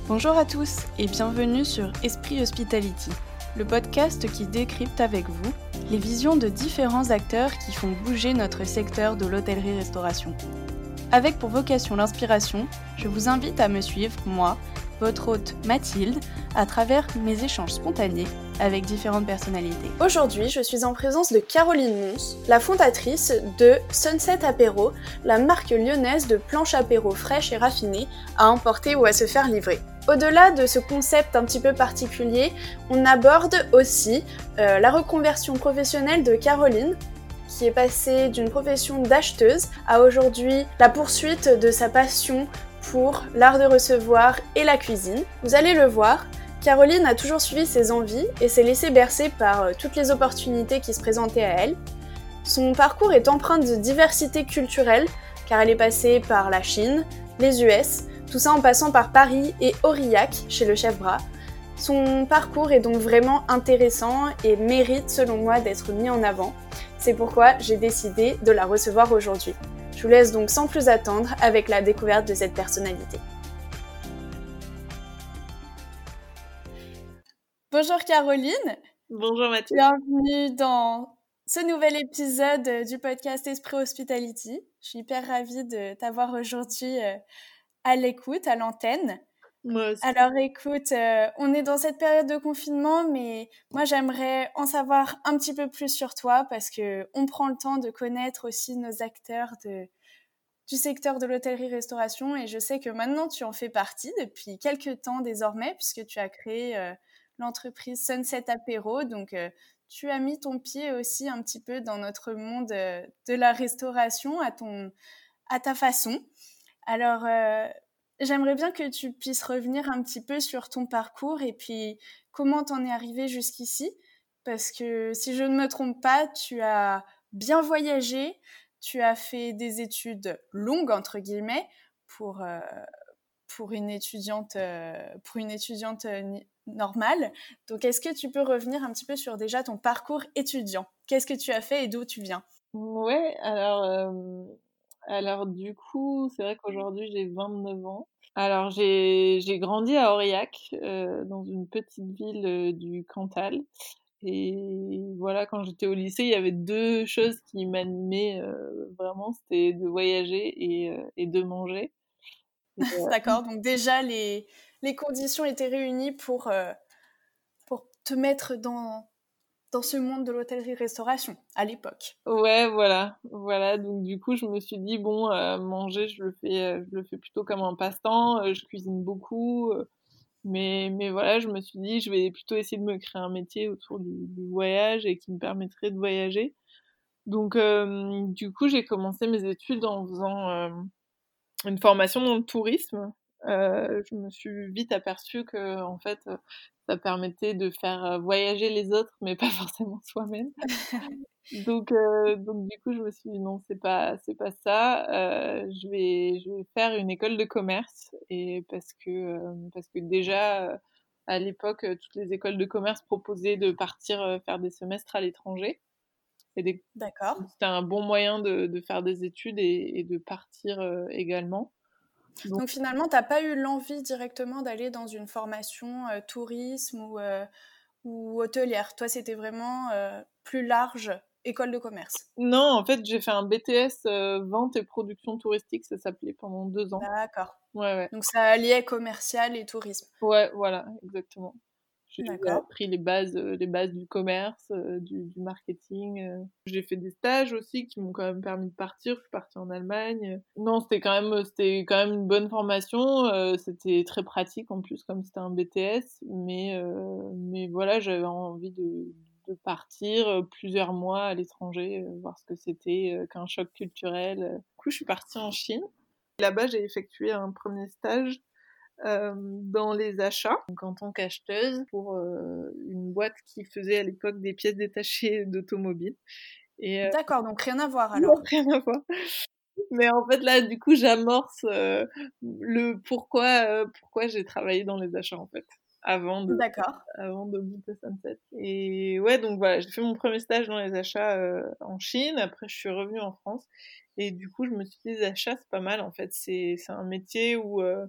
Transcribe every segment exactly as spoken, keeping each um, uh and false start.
Bonjour à tous et bienvenue sur Esprit Hospitality, le podcast qui décrypte avec vous les visions de différents acteurs qui font bouger notre secteur de l'hôtellerie-restauration. Avec pour vocation l'inspiration, je vous invite à me suivre, moi, votre hôte Mathilde, à travers mes échanges spontanés avec différentes personnalités. Aujourd'hui, je suis en présence de Caroline Mons, la fondatrice de Sunset Apéro, la marque lyonnaise de planches apéro fraîches et raffinées à emporter ou à se faire livrer. Au-delà de ce concept un petit peu particulier, on aborde aussi euh, la reconversion professionnelle de Caroline, qui est passée d'une profession d'acheteuse à aujourd'hui la poursuite de sa passion pour l'art de recevoir et la cuisine. Vous allez le voir, Caroline a toujours suivi ses envies et s'est laissée bercer par euh, toutes les opportunités qui se présentaient à elle. Son parcours est empreint de diversité culturelle, car elle est passée par la Chine, les U S, tout ça en passant par Paris et Aurillac, chez le chef Bras. Son parcours est donc vraiment intéressant et mérite, selon moi, d'être mis en avant. C'est pourquoi j'ai décidé de la recevoir aujourd'hui. Je vous laisse donc sans plus attendre avec la découverte de cette personnalité. Bonjour Caroline. Bonjour Mathilde. Bienvenue dans ce nouvel épisode du podcast Esprit Hospitality. Je suis hyper ravie de t'avoir aujourd'hui à l'écoute, à l'antenne. Moi aussi. Alors écoute, euh, on est dans cette période de confinement, mais moi j'aimerais en savoir un petit peu plus sur toi parce que on prend le temps de connaître aussi nos acteurs de, du secteur de l'hôtellerie-restauration et je sais que maintenant tu en fais partie depuis quelques temps désormais puisque tu as créé euh, l'entreprise Sunset Apéro, donc euh, tu as mis ton pied aussi un petit peu dans notre monde euh, de la restauration à, ton, à ta façon. Alors... Euh, J'aimerais bien que tu puisses revenir un petit peu sur ton parcours et puis comment t'en es arrivé jusqu'ici. Parce que si je ne me trompe pas, tu as bien voyagé, tu as fait des études longues, entre guillemets, pour, euh, pour une étudiante, euh, pour une étudiante euh, normale. Donc, est-ce que tu peux revenir un petit peu sur déjà ton parcours étudiant ? Qu'est-ce que tu as fait et d'où tu viens ? Ouais, alors, euh, alors du coup, c'est vrai qu'aujourd'hui j'ai vingt-neuf ans. Alors j'ai j'ai grandi à Aurillac, euh, dans une petite ville euh, du Cantal. Et voilà, quand j'étais au lycée, il y avait deux choses qui m'animaient euh, vraiment, c'était de voyager et, euh, et de manger. Et, euh, D'accord, donc déjà les, les conditions étaient réunies pour, euh, pour te mettre dans, dans ce monde de l'hôtellerie-restauration à l'époque. Ouais, voilà, voilà. Donc du coup, je me suis dit bon, euh, manger, je le fais, euh, je le fais plutôt comme un passe-temps. euh, je cuisine beaucoup, euh, mais mais voilà, je me suis dit, je vais plutôt essayer de me créer un métier autour du, du voyage et qui me permettrait de voyager. Donc euh, du coup, j'ai commencé mes études en faisant euh, une formation dans le tourisme. Euh, je me suis vite aperçue que en fait, euh, ça permettait de faire euh, voyager les autres, mais pas forcément soi-même. Donc, euh, donc du coup, je me suis dit non, c'est pas, c'est pas ça. Euh, je vais, je vais faire une école de commerce et parce que, euh, parce que déjà euh, à l'époque, euh, toutes les écoles de commerce proposaient de partir euh, faire des semestres à l'étranger. Et des- D'accord. C'était un bon moyen de, de faire des études et, et de partir euh, également. Donc, Donc finalement, tu n'as pas eu l'envie directement d'aller dans une formation euh, tourisme ou, euh, ou hôtelière. Toi, c'était vraiment euh, plus large, école de commerce. non, en fait, j'ai fait un B T S euh, vente et production touristique, ça s'appelait pendant deux ans. D'accord. Ouais, ouais. Donc ça alliait commercial et tourisme. Ouais, voilà, exactement. J'ai D'accord. appris les bases, euh, les bases du commerce, euh, du, du marketing. euh. J'ai fait des stages aussi qui m'ont quand même permis de partir. Je suis partie en Allemagne. Non, c'était quand même, c'était quand même une bonne formation. euh, c'était très pratique en plus, comme c'était un B T S. Mais, euh, mais voilà, j'avais envie de, de partir euh, plusieurs mois à l'étranger, euh, voir ce que c'était euh, qu'un choc culturel. Du coup, je suis partie en Chine. Là-bas, j'ai effectué un premier stage euh, dans les achats, donc en tant qu'acheteuse pour euh, une boîte qui faisait à l'époque des pièces détachées d'automobiles. Et euh, D'accord, donc rien à voir alors. rien à voir. Mais en fait là, du coup, j'amorce euh, le pourquoi euh, pourquoi j'ai travaillé dans les achats en fait avant de D'accord. avant de monter Sunset. Et ouais, donc voilà, j'ai fait mon premier stage dans les achats euh, en Chine. Après, je suis revenue en France. Et du coup, je me suis dit, les achats, c'est pas mal en fait. C'est c'est un métier où euh,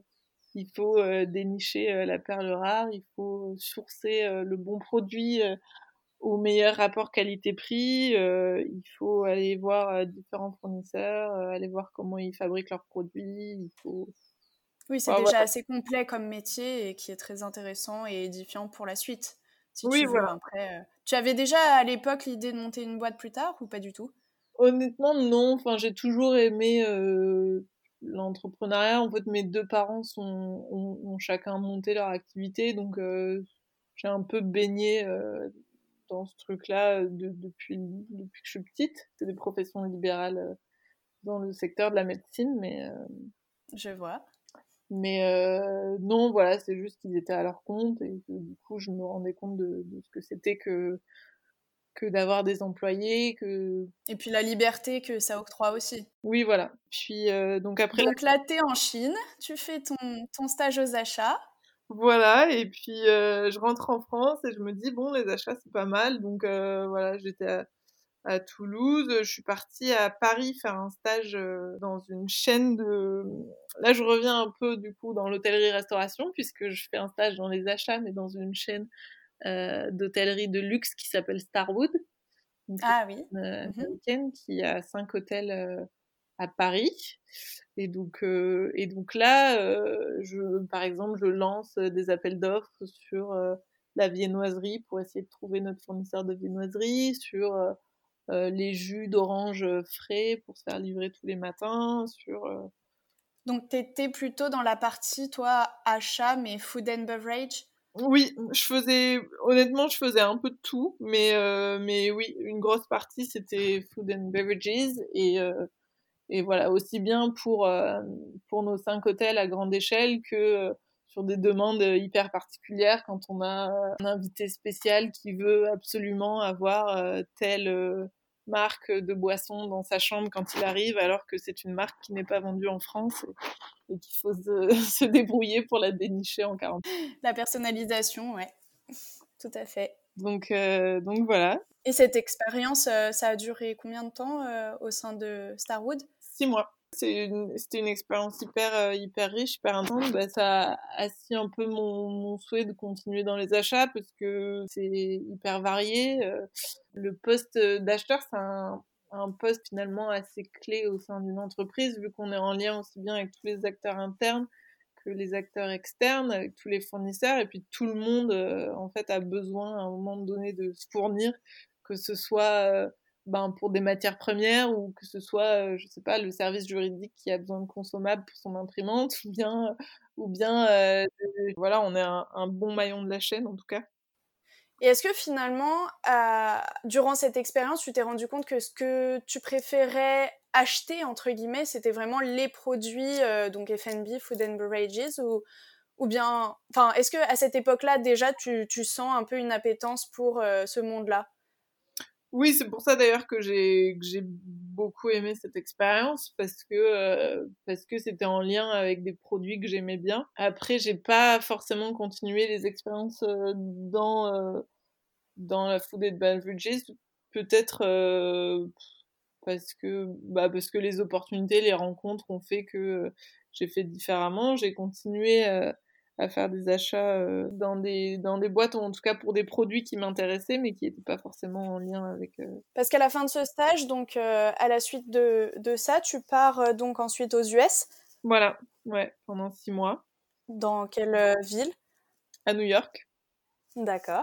il faut euh, dénicher euh, la perle rare, il faut sourcer euh, le bon produit euh, au meilleur rapport qualité-prix, euh, il faut aller voir euh, différents fournisseurs, euh, aller voir comment ils fabriquent leurs produits, il faut... Oui, c'est Enfin, déjà voilà. assez complet comme métier et qui est très intéressant et édifiant pour la suite, si Oui, tu veux. voilà. Après, euh, tu avais déjà à l'époque l'idée de monter une boîte plus tard ou pas du tout? Honnêtement, non. Enfin, j'ai toujours aimé euh, l'entrepreneuriat. En fait, mes deux parents sont, ont, ont chacun monté leur activité, donc euh, j'ai un peu baigné euh, dans ce truc-là de- depuis, depuis que je suis petite. C'est des professions libérales euh, dans le secteur de la médecine, mais, euh, Je vois. mais euh, non, voilà, c'est juste qu'ils étaient à leur compte et que du coup, je me rendais compte de, de ce que c'était que, que d'avoir des employés, que... Et puis la liberté que ça octroie aussi. Oui, voilà. Puis, euh, donc après Donc là, t'es en Chine, tu fais ton, ton stage aux achats. voilà, et puis euh, je rentre en France et je me dis, bon, les achats, c'est pas mal. Donc euh, voilà, j'étais à, à Toulouse, je suis partie à Paris faire un stage euh, dans une chaîne de... Là, je reviens un peu du coup dans l'hôtellerie-restauration, puisque je fais un stage dans les achats, mais dans une chaîne euh, d'hôtellerie de luxe qui s'appelle Starwood, donc Ah oui. une euh, Mhm. américaine qui a cinq hôtels euh, à Paris. Et donc, euh, et donc là, euh, je, par exemple, je lance des appels d'offres sur euh, la viennoiserie pour essayer de trouver notre fournisseur de viennoiserie, sur euh, euh, les jus d'orange frais pour se faire livrer tous les matins, sur... euh, Donc t'étais plutôt dans la partie, toi, achat, mais food and beverage. Oui, je faisais, honnêtement, je faisais un peu de tout, mais, euh, mais oui, une grosse partie, c'était food and beverages, et, euh, et voilà, aussi bien pour, euh, pour nos cinq hôtels à grande échelle que euh, sur des demandes hyper particulières quand on a un invité spécial qui veut absolument avoir euh, telle euh, marque de boisson dans sa chambre quand il arrive, alors que c'est une marque qui n'est pas vendue en France et, et qu'il faut se, se débrouiller pour la dénicher en quarante. La personnalisation, ouais, tout à fait. Donc, euh, donc voilà, Et cette expérience, euh, ça a duré combien de temps euh, au sein de Starwood? six mois. C'est une, c'était une expérience hyper, euh, hyper riche, hyper intense. Bah, ça a assis un peu mon, mon souhait de continuer dans les achats parce que c'est hyper varié. Euh, le poste d'acheteur, c'est un, un poste finalement assez clé au sein d'une entreprise vu qu'on est en lien aussi bien avec tous les acteurs internes que les acteurs externes, avec tous les fournisseurs, et puis tout le monde euh, en fait a besoin à un moment donné de se fournir, que ce soit euh, ben, pour des matières premières ou que ce soit, euh, je sais pas, le service juridique qui a besoin de consommables pour son imprimante, ou bien, ou bien, euh, de- voilà, on est un, un bon maillon de la chaîne en tout cas. Et est-ce que finalement, euh, durant cette expérience, tu t'es rendu compte que ce que tu préférais acheter, entre guillemets, c'était vraiment les produits, euh, donc F and B, Food and Beverages, ou, ou bien, enfin, est-ce que à cette époque-là, déjà, tu, tu sens un peu une appétence pour euh, ce monde-là? Oui, c'est pour ça d'ailleurs que j'ai que j'ai beaucoup aimé cette expérience parce que euh, parce que c'était en lien avec des produits que j'aimais bien. Après, j'ai pas forcément continué les expériences euh, dans euh, dans la food and beverages, peut-être euh, parce que bah parce que les opportunités, les rencontres ont fait que euh, j'ai fait différemment. J'ai continué euh, à faire des achats euh, dans des dans des boîtes ou en tout cas pour des produits qui m'intéressaient mais qui n'étaient pas forcément en lien avec. euh, Parce qu'à la fin de ce stage, donc euh, à la suite de, de ça, tu pars euh, donc ensuite aux U S. Voilà, ouais, pendant six mois Dans quelle euh, ville? à New York. D'accord.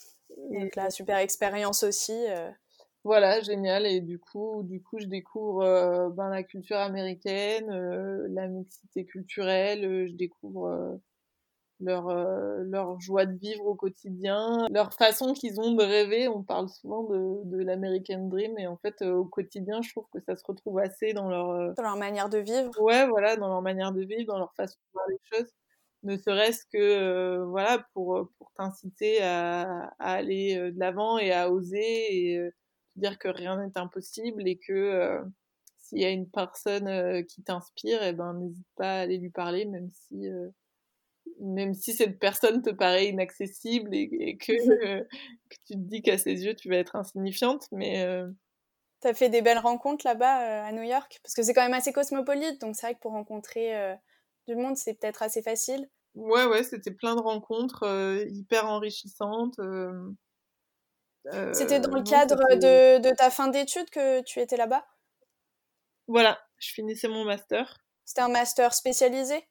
Et Donc là, super expérience aussi. euh. voilà, génial. Et du coup, du coup, je découvre euh, ben, la culture américaine, euh, la mixité culturelle. euh, je découvre euh, leur euh, leur joie de vivre au quotidien, leur façon qu'ils ont de rêver. On parle souvent de, de l'American Dream, et en fait, euh, au quotidien, je trouve que ça se retrouve assez dans leur euh, Dans leur manière de vivre. ouais, voilà, dans leur manière de vivre, dans leur façon de voir les choses. Ne serait-ce que, euh, voilà, pour, pour t'inciter à, à aller euh, de l'avant et à oser et euh, te dire que rien n'est impossible et que euh, s'il y a une personne euh, qui t'inspire, eh ben, n'hésite pas à aller lui parler, même si, euh, même si cette personne te paraît inaccessible et, et que, euh, que tu te dis qu'à ses yeux, tu vas être insignifiante. Mais euh, T'as fait des belles rencontres là-bas euh, à New York? Parce que c'est quand même assez cosmopolite, donc c'est vrai que pour rencontrer euh, du monde, c'est peut-être assez facile. Ouais, ouais, c'était plein de rencontres euh, hyper enrichissantes. Euh, C'était dans euh, le non, cadre c'était... de, de ta fin d'études que tu étais là-bas? Voilà, je finissais mon master. C'était un master spécialisé?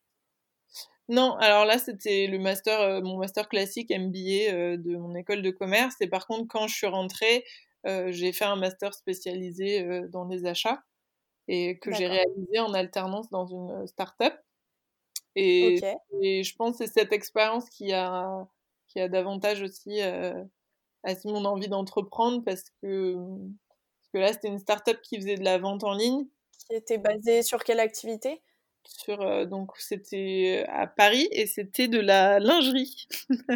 Non, alors là, c'était le master, euh, mon master classique M B A euh, de mon école de commerce. Et par contre, quand je suis rentrée, euh, j'ai fait un master spécialisé euh, dans les achats et que j'ai D'accord. réalisé en alternance dans une start-up. Et, Ok. et je pense que c'est cette expérience qui a, qui a davantage aussi euh, assis mon envie d'entreprendre parce que, parce que là, c'était une start-up qui faisait de la vente en ligne. Qui était basé sur quelle activité? Sur, euh, donc, c'était à Paris et c'était de la lingerie.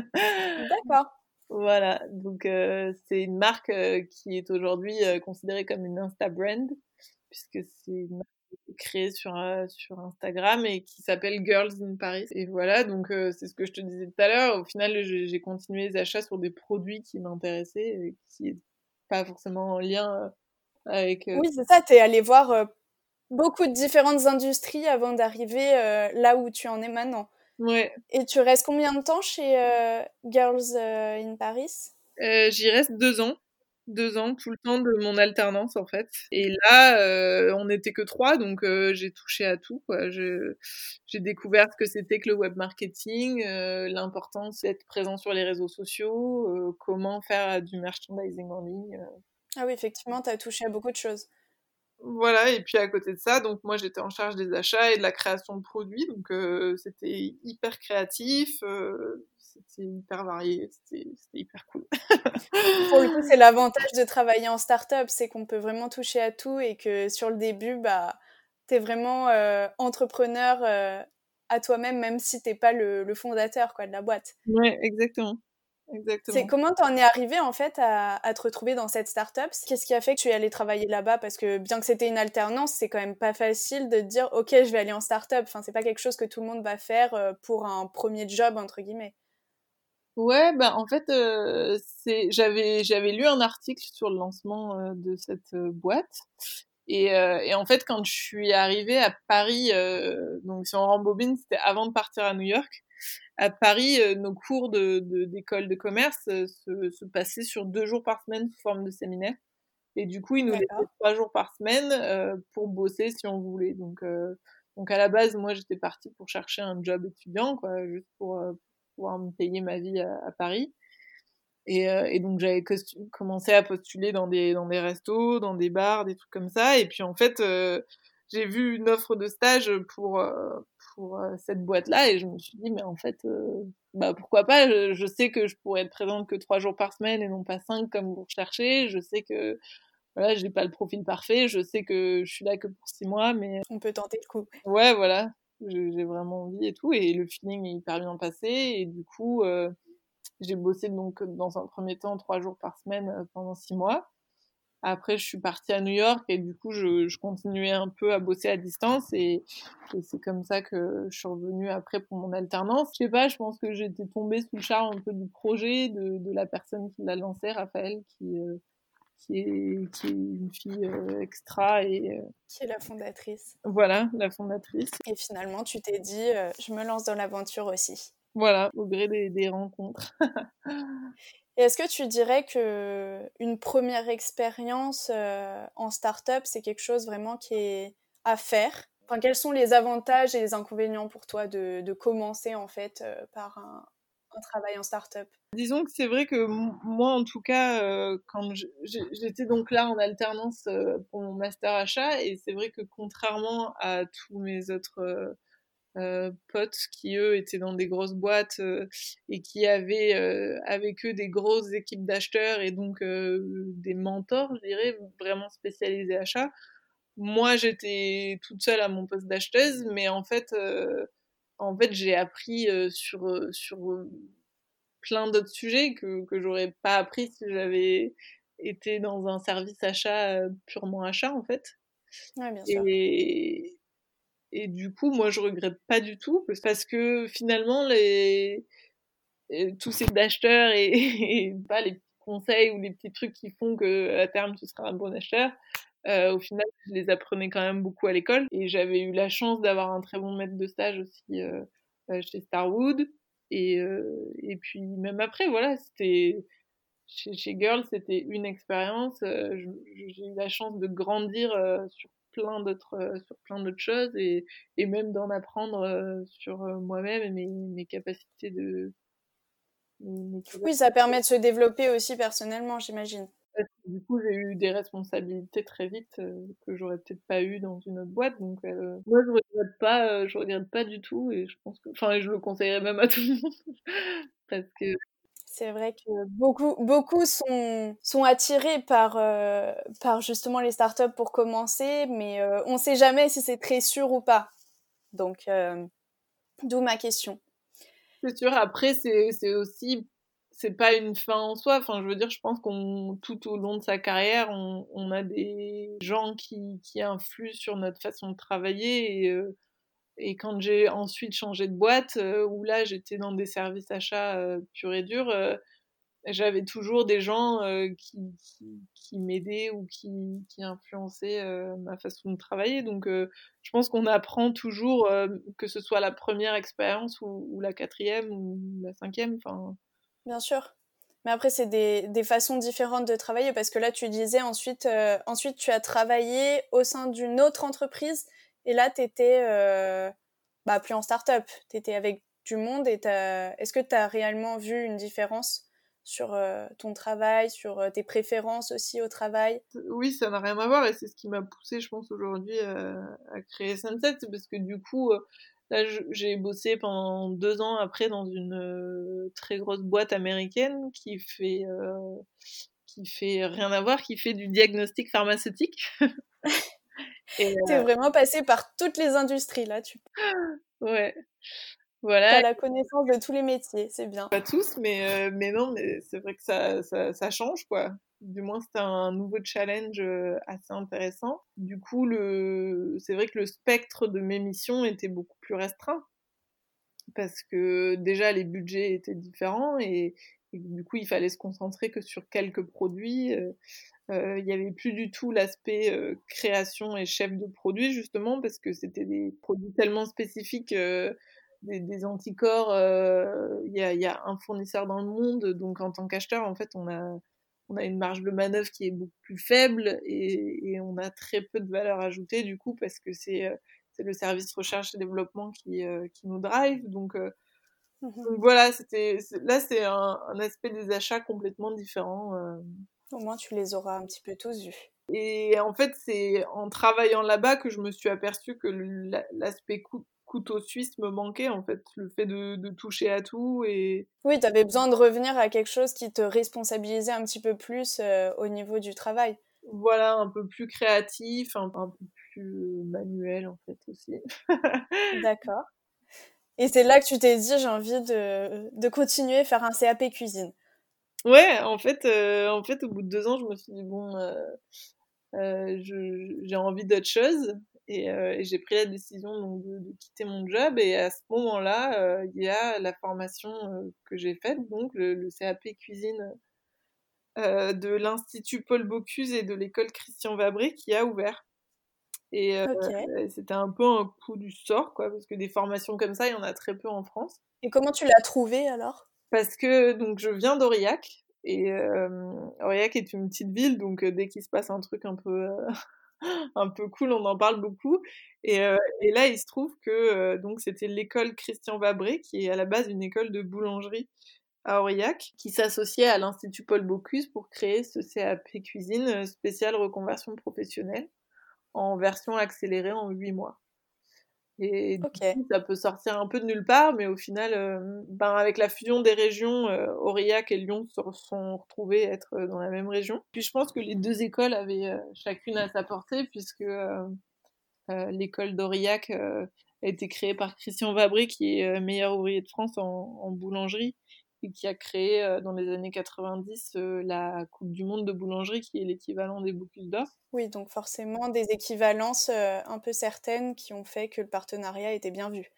D'accord. Voilà, donc euh, c'est une marque euh, qui est aujourd'hui euh, considérée comme une Insta-brand, puisque c'est une marque créée sur, euh, sur Instagram et qui s'appelle Girls in Paris. Et voilà, donc euh, c'est ce que je te disais tout à l'heure. Au final, j'ai j'ai continué les achats sur des produits qui m'intéressaient et qui n'est pas forcément en lien euh, avec... euh, Oui, c'est ça, t'es allé voir euh, beaucoup de différentes industries avant d'arriver euh, là où tu en es maintenant. Ouais, Et tu restes combien de temps chez euh, Girls euh, in Paris? Euh, j'y reste deux ans. Deux ans, tout le temps de mon alternance en fait. Et là, euh, on n'était que trois, donc euh, j'ai touché à tout, quoi. Je, j'ai découvert ce que c'était que le web marketing, euh, l'importance d'être présent sur les réseaux sociaux, euh, comment faire du merchandising en ligne. euh. Ah oui, effectivement, t'as touché à beaucoup de choses. Voilà, et puis à côté de ça, donc moi j'étais en charge des achats et de la création de produits, donc euh, c'était hyper créatif, euh, c'était hyper varié, c'était, c'était hyper cool. Pour le coup, c'est l'avantage de travailler en start-up, c'est qu'on peut vraiment toucher à tout et que sur le début, bah, t'es vraiment euh, entrepreneur euh, à toi-même, même si t'es pas le, le fondateur quoi, de la boîte. Ouais, exactement. C'est Exactement. comment t'en es arrivé en fait à, à te retrouver dans cette start-up? Qu'est-ce qui a fait que tu es allé travailler là-bas? Parce que bien que c'était une alternance, c'est quand même pas facile de te dire ok, je vais aller en start-up. Enfin, c'est pas quelque chose que tout le monde va faire euh, pour un premier job entre guillemets. Ouais, bah en fait, euh, c'est j'avais j'avais lu un article sur le lancement euh, de cette euh, boîte et, euh, et en fait quand je suis arrivée à Paris, euh, donc si on rembobine, c'était avant de partir à New York. À Paris, euh, nos cours de de- d'école de commerce euh, se, se passaient sur deux jours par semaine sous forme de séminaire et du coup ils nous D'accord. laissaient trois jours par semaine euh, pour bosser si on voulait. Donc euh, donc à la base, moi j'étais partie pour chercher un job étudiant, quoi, juste pour euh, pouvoir me payer ma vie à, à Paris. Et, euh, et donc j'avais costu- commencé à postuler dans des dans des restos, dans des bars, des trucs comme ça. Et puis en fait, euh, j'ai vu une offre de stage pour euh, pour euh, cette boîte-là et je me suis dit mais en fait, euh, bah pourquoi pas. Je, je sais que je pourrais être présente que trois jours par semaine et non pas cinq comme vous recherchez. Je sais que voilà, j'ai pas le profil parfait. Je sais que je suis là que pour six mois, mais On peut tenter le coup. ouais voilà, j'ai j'ai vraiment envie et tout. Et le feeling est hyper bien passé et du coup. Euh, j'ai bossé donc dans un premier temps trois jours par semaine euh, pendant six mois. Après, je suis partie à New York et du coup, je, je continuais un peu à bosser à distance et, et c'est comme ça que je suis revenue après pour mon alternance. Je sais pas, je pense que j'étais tombée sous le charme un peu du projet de, de la personne qui l'a lancé, Raphaël, qui, euh, qui, est, qui est une fille euh, extra et euh, Qui est la fondatrice? voilà, la fondatrice. Et finalement, tu t'es dit, euh, je me lance dans l'aventure aussi. Voilà, au gré des, des rencontres. Et est-ce que tu dirais que une première expérience euh, en start-up, c'est quelque chose vraiment qui est à faire? Enfin, quels sont les avantages et les inconvénients pour toi de, de commencer en fait euh, par un, un travail en start-up? Disons que c'est vrai que m- moi, en tout cas, euh, quand je- j'ai- j'étais donc là en alternance euh, pour mon master achat, et c'est vrai que contrairement à tous mes autres euh, euh, potes qui, eux, étaient dans des grosses boîtes euh, et qui avaient euh, avec eux des grosses équipes d'acheteurs et donc euh, des mentors, je dirais, vraiment spécialisés achats, moi, j'étais toute seule à mon poste d'acheteuse, mais en fait, euh, en fait, j'ai appris euh, sur, euh, sur euh, plein d'autres sujets que, que j'aurais pas appris si j'avais été dans un service achat euh, purement achat en fait. Oui, bien sûr. Et, et du coup, moi, je regrette pas du tout parce que finalement, les, euh, tous ces acheteurs et, et pas les petits conseils ou les petits trucs qui font que à terme tu seras un bon acheteur, Euh, au final, je les apprenais quand même beaucoup à l'école et j'avais eu la chance d'avoir un très bon maître de stage aussi euh, euh, chez Starwood. Et, euh, et puis même après, voilà, c'était chez, chez Girl, c'était une expérience. Euh, je- j'ai eu la chance de grandir euh, sur plein d'autres euh, sur plein d'autres choses et, et même d'en apprendre euh, sur euh, moi-même et mes, mes capacités de mes, mes Oui, ça capacités. permet de se développer aussi personnellement, j'imagine. Parce que du coup, j'ai eu des responsabilités très vite euh, que j'aurais peut-être pas eu dans une autre boîte. Donc, euh, moi, je regrette pas, euh, je regrette pas du tout. Et je pense que, enfin, je le conseillerais même à tout le monde. Parce que, C'est vrai que beaucoup, beaucoup sont, sont attirés par, euh, par justement les startups pour commencer, mais euh, on ne sait jamais si c'est très sûr ou pas. Donc, euh, d'où ma question. c'est sûr, après, c'est, c'est aussi, c'est pas une fin en soi. Enfin, je veux dire, je pense qu'on, tout au long de sa carrière, on, on a des gens qui, qui influent sur notre façon de travailler. Et, euh, et quand j'ai ensuite changé de boîte, euh, où là, j'étais dans des services achats euh, purs et durs, euh, j'avais toujours des gens euh, qui, qui, qui m'aidaient ou qui, qui influençaient euh, ma façon de travailler. Donc, euh, je pense qu'on apprend toujours, euh, que ce soit la première expérience ou, ou la quatrième ou la cinquième. Enfin, Bien sûr. Mais après, c'est des, des façons différentes de travailler parce que là, tu disais ensuite, euh, ensuite tu as travaillé au sein d'une autre entreprise et là, tu étais euh, bah, plus en start-up. Tu étais avec du monde et t'as... est-ce que tu as réellement vu une différence sur euh, ton travail, sur euh, tes préférences aussi au travail? oui, ça n'a rien à voir et c'est ce qui m'a poussée, je pense, aujourd'hui à, à créer Sunset, c'est parce que du coup, euh, là, je- j'ai bossé pendant deux ans après dans une euh, très grosse boîte américaine qui fait euh, qui fait rien à voir, qui fait du diagnostic pharmaceutique. Et T'es vraiment passé par toutes les industries là. Tu ouais, as voilà, la connaissance de tous les métiers, c'est bien. pas tous, mais, euh, mais non, mais c'est vrai que ça, ça, ça change, quoi. Du moins, c'était un nouveau challenge euh, assez intéressant. Du coup, le... c'est vrai que le spectre de mes missions était beaucoup plus restreint, parce que déjà, les budgets étaient différents, et, et du coup, il fallait se concentrer que sur quelques produits. Euh, euh, il n'y avait plus du tout l'aspect euh, création et chef de produit, justement, parce que c'était des produits tellement spécifiques, euh, des, des anticorps. euh, Il y, a, il y a un fournisseur dans le monde, donc en tant qu'acheteur, en fait, on a, on a une marge de manœuvre qui est beaucoup plus faible et, et on a très peu de valeur ajoutée, du coup, parce que c'est, euh, c'est le service recherche et développement qui, euh, qui nous drive. Donc, euh, Mhm. donc voilà, c'était, c'est- là, c'est un, un aspect des achats complètement différent. euh, Au moins, tu les auras un petit peu tous vus. Et en fait, c'est en travaillant là-bas que je me suis aperçue que le- l'aspect cou- couteau suisse me manquait, en fait. Le fait de, de toucher à tout et Oui, tu avais besoin de revenir à quelque chose qui te responsabilisait un petit peu plus euh, au niveau du travail. voilà, un peu plus créatif, un, un peu plus manuel, en fait, aussi. D'accord. Et c'est là que tu t'es dit, j'ai envie de, de continuer, faire un C A P cuisine. Ouais, en fait, euh, en fait, au bout de deux ans, je me suis dit, bon, euh, euh, je- j'ai envie d'autre chose. Et, euh, et j'ai pris la décision donc, de, de quitter mon job. Et à ce moment-là, euh, il y a la formation euh, que j'ai faite, donc le, le C A P cuisine euh, de l'Institut Paul Bocuse et de l'école Christian Vabré qui a ouvert. Et euh, Ok. c'était un peu un coup du sort, quoi, parce que des formations comme ça, il y en a très peu en France. Et comment tu l'as trouvé alors? Parce que donc je viens d'Aurillac, et euh, Aurillac est une petite ville, donc euh, dès qu'il se passe un truc un peu, euh, un peu cool, on en parle beaucoup. Et, euh, et là, il se trouve que euh, donc c'était l'école Christian Vabré, qui est à la base une école de boulangerie à Aurillac, qui s'associait à l'Institut Paul Bocuse pour créer ce C A P cuisine euh, spécial reconversion professionnelle en version accélérée en huit mois. Et du Ok. coup, ça peut sortir un peu de nulle part, mais au final, euh, ben, avec la fusion des régions, euh, Aurillac et Lyon se sont retrouvés être euh, dans la même région. Puis je pense que les deux écoles avaient euh, chacune à sa portée, puisque euh, euh, l'école d'Aurillac euh, a été créée par Christian Vabré, qui est euh, meilleur ouvrier de France en, en boulangerie, et qui a créé euh, dans les années quatre-vingt-dix euh, la Coupe du Monde de boulangerie, qui est l'équivalent des Bocuse d'Or. Oui, donc forcément des équivalences euh, un peu certaines qui ont fait que le partenariat était bien vu.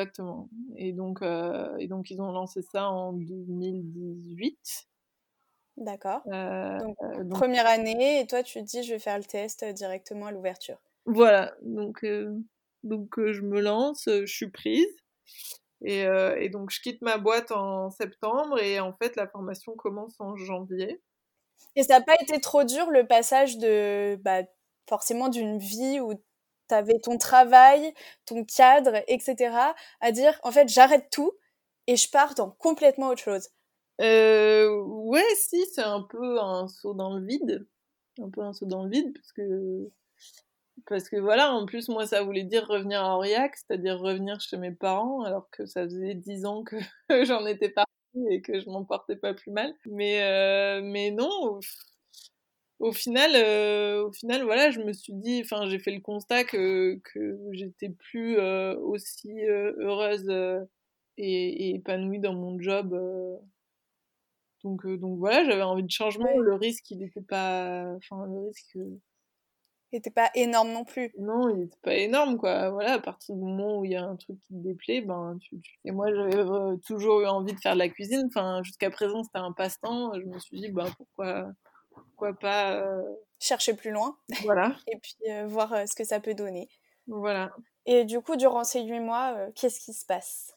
Exactement. Et donc, euh, et donc ils ont lancé ça en deux mille dix-huit. D'accord. Euh, Donc, euh, donc première année, et toi, tu te dis, je vais faire le test euh, directement à l'ouverture. voilà, donc, euh, donc euh, je me lance, euh, je suis prise. Et, euh, et donc je quitte ma boîte en septembre et en fait la formation commence en janvier. Et ça n'a pas été trop dur le passage de bah, forcément d'une vie où tu avais ton travail, ton cadre, et cetera, à dire en fait j'arrête tout et je pars dans complètement autre chose. Euh, ouais, si, c'est un peu un saut dans le vide, un peu un saut dans le vide parce que parce que voilà, en plus moi ça voulait dire revenir à Aurillac, c'est-à-dire revenir chez mes parents, alors que ça faisait dix ans que j'en étais partie et que je m'en portais pas plus mal. Mais euh, mais non. Au, au final, euh, au final, voilà, je me suis dit, enfin, j'ai fait le constat que que j'étais plus euh, aussi euh, heureuse euh, et, et épanouie dans mon job. euh, donc euh, donc voilà, j'avais envie de changement. Ouais. Le risque, il n'était pas, enfin, le risque. Et t'es pas énorme non plus. Non, il était pas énorme, quoi. Voilà, à partir du moment où il y a un truc qui te déplaît, ben, tu, tu... Et moi, j'avais euh, toujours eu envie de faire de la cuisine. Enfin, jusqu'à présent, c'était un passe-temps. Je me suis dit, ben, pourquoi, pourquoi pas, euh, Chercher plus loin voilà, et puis euh, voir euh, ce que ça peut donner. voilà. Et du coup, durant ces huit mois, euh, qu'est-ce qui se passe?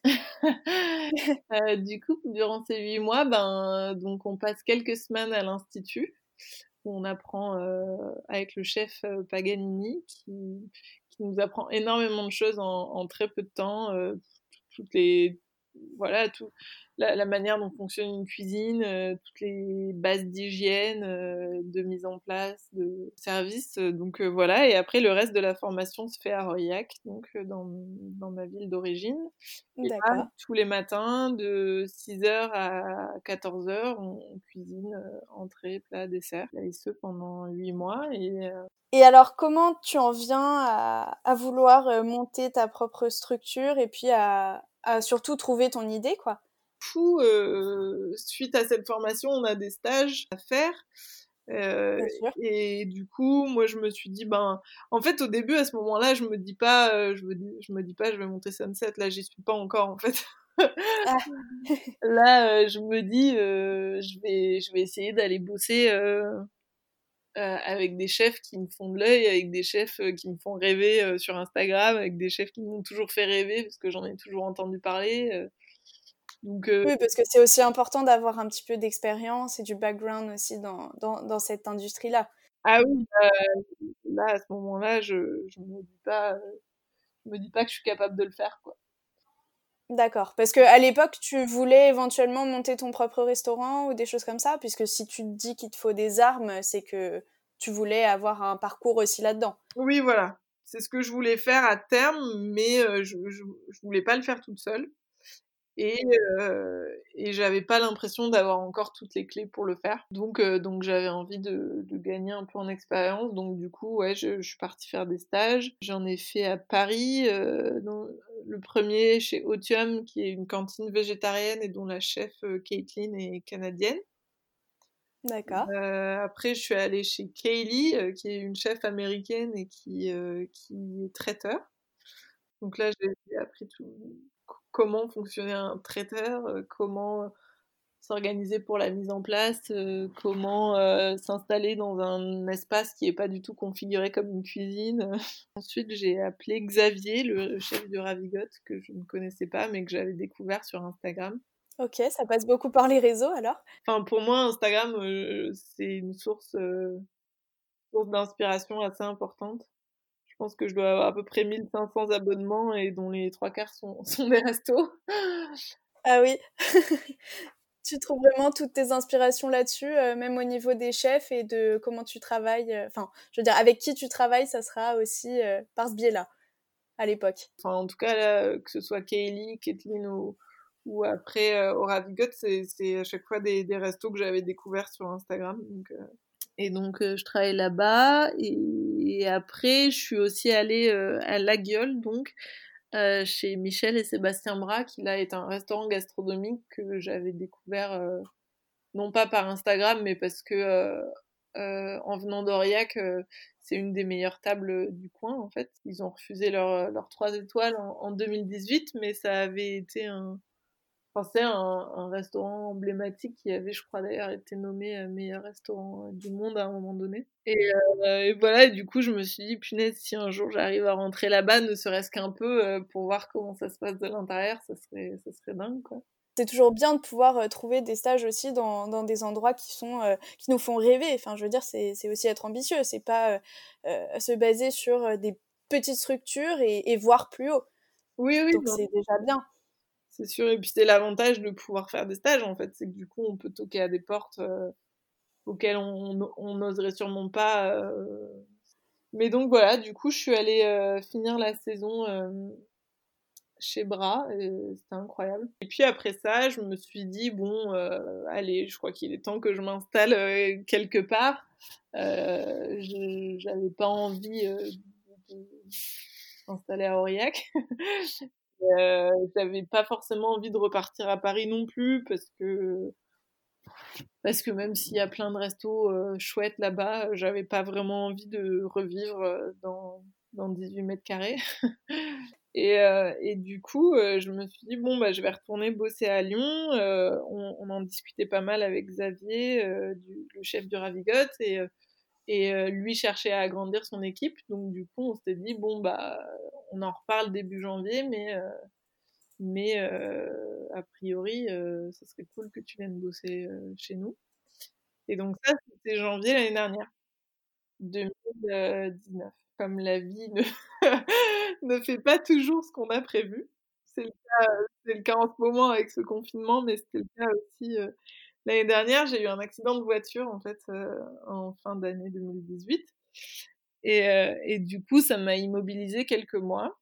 Euh, du coup, durant ces huit mois, ben, donc, on passe quelques semaines à l'institut où on apprend euh, avec le chef euh, Paganini qui, qui nous apprend énormément de choses en, en très peu de temps. Euh, toutes les voilà tout la, la manière dont fonctionne une cuisine, euh, toutes les bases d'hygiène, euh, de mise en place, de service. euh, donc euh, voilà. Et après le reste de la formation se fait à Royac, donc euh, dans dans ma ville d'origine. Et là, D'accord. tous les matins de six heures à quatorze heures, on, on cuisine euh, entrée, plat, dessert. Et ce pendant huit mois. Et euh, Et alors, comment tu en viens à, à vouloir euh, monter ta propre structure et puis à, à surtout trouver ton idée, quoi? fou, euh, suite à cette formation, on a des stages à faire. Euh, Bien sûr. et du coup, moi, je me suis dit, ben, en fait, au début, à ce moment-là, je me dis pas, euh, je me dis, je me dis pas, je vais monter Sunset. Là, j'y suis pas encore, en fait. Ah, Là, euh, je me dis, euh, je vais, je vais essayer d'aller bosser euh, euh, avec des chefs qui me font de l'œil, avec des chefs euh, qui me font rêver euh, sur Instagram, avec des chefs qui m'ont toujours fait rêver parce que j'en ai toujours entendu parler. euh. Donc, euh, oui, parce que c'est aussi important d'avoir un petit peu d'expérience et du background aussi dans, dans, dans cette industrie-là. ah oui, bah, là, à ce moment-là, je, je me dis pas, euh, je me dis pas que je suis capable de le faire, quoi. D'accord. Parce que à l'époque, tu voulais éventuellement monter ton propre restaurant ou des choses comme ça, puisque si tu te dis qu'il te faut des armes, c'est que tu voulais avoir un parcours aussi là-dedans. Oui, voilà. C'est ce que je voulais faire à terme, mais euh, je, je, je voulais pas le faire toute seule. Et, euh, et j'avais pas l'impression d'avoir encore toutes les clés pour le faire. Donc, euh, donc j'avais envie de, de gagner un peu en expérience. Donc, du coup, ouais, je, je suis partie faire des stages. J'en ai fait à Paris, euh, dans, le premier chez Otium, qui est une cantine végétarienne et dont la chef, euh, Caitlin, est canadienne. D'accord. Euh, après, je suis allée chez Kaylee, euh, qui est une chef américaine et qui, euh, qui est traiteur. Donc là, j'ai j'ai appris tout, c- comment fonctionnait un traiteur, euh, comment s'organiser pour la mise en place, euh, comment euh, s'installer dans un espace qui n'est pas du tout configuré comme une cuisine. Ensuite, j'ai appelé Xavier, le chef du Ravigote, que je ne connaissais pas, mais que j'avais découvert sur Instagram. Ok, ça passe beaucoup par les réseaux alors. Enfin, pour moi, Instagram, euh, c'est une source, euh, source d'inspiration assez importante. Je pense que je dois avoir à peu près mille cinq cents abonnements et dont les trois quarts sont, sont des restos. Ah oui. Tu trouves vraiment toutes tes inspirations là-dessus, euh, même au niveau des chefs et de comment tu travailles. euh, Enfin, je veux dire, avec qui tu travailles, ça sera aussi euh, par ce biais-là, à l'époque. Enfin, en tout cas, là, que ce soit Kaylee, Kathleen ou, ou après euh, au Ravigote, c'est, c'est à chaque fois des, des restos que j'avais découverts sur Instagram. Donc, euh, et donc, euh, je travaille là-bas. Et, et après, je suis aussi allée euh, à La Guiole, donc, euh, chez Michel et Sébastien Bras, qui là est un restaurant gastronomique que j'avais découvert, euh, non pas par Instagram, mais parce que euh, euh, en venant d'Aurillac, euh, c'est une des meilleures tables du coin en fait. Ils ont refusé leur, leur trois étoiles en, en deux mille dix-huit, mais ça avait été un, Enfin, c'est un, un restaurant emblématique qui avait, je crois d'ailleurs, été nommé euh, meilleur restaurant du monde à un moment donné. Et, euh, et voilà, et du coup, je me suis dit, punaise, si un jour j'arrive à rentrer là-bas, ne serait-ce qu'un peu, euh, pour voir comment ça se passe de l'intérieur, ça serait, ça serait dingue, quoi. C'est toujours bien de pouvoir euh, trouver des stages aussi dans, dans des endroits qui, sont, euh, qui nous font rêver. Enfin, je veux dire, c'est, c'est aussi être ambitieux. C'est pas euh, euh, se baser sur des petites structures et, et voir plus haut. Oui, oui. Donc, non. c'est déjà bien. C'est sûr. Et puis, c'est l'avantage de pouvoir faire des stages, en fait. C'est que du coup, on peut toquer à des portes euh, auxquelles on, on n'oserait sûrement pas. Euh... Mais donc, voilà, du coup, je suis allée euh, finir la saison... Euh... chez Bras, et c'était incroyable. Et puis après ça, je me suis dit, bon, euh, allez, je crois qu'il est temps que je m'installe euh, quelque part. Euh, je, j'avais pas envie euh, de m'installer à Aurillac. euh, j'avais pas forcément envie de repartir à Paris non plus, parce que parce que même s'il y a plein de restos euh, chouettes là-bas, j'avais pas vraiment envie de revivre euh, dans, dans dix-huit mètres carrés. Et, euh, et du coup, euh, je me suis dit, bon, bah, je vais retourner bosser à Lyon. Euh, on, on en discutait pas mal avec Xavier, euh, du, le chef du Ravigote, et, euh, et euh, lui cherchait à agrandir son équipe. Donc, du coup, on s'était dit, bon, bah, on en reparle début janvier, mais, euh, mais euh, a priori, euh, ça serait cool que tu viennes bosser euh, chez nous. Et donc, ça, c'était janvier l'année dernière, deux mille dix-neuf. Comme la vie ne, ne fait pas toujours ce qu'on a prévu. C'est le cas, c'est le cas en ce moment avec ce confinement, mais c'était le cas aussi euh, l'année dernière. J'ai eu un accident de voiture en fait euh, en fin d'année deux mille dix-huit, et, euh, et du coup ça m'a immobilisée quelques mois.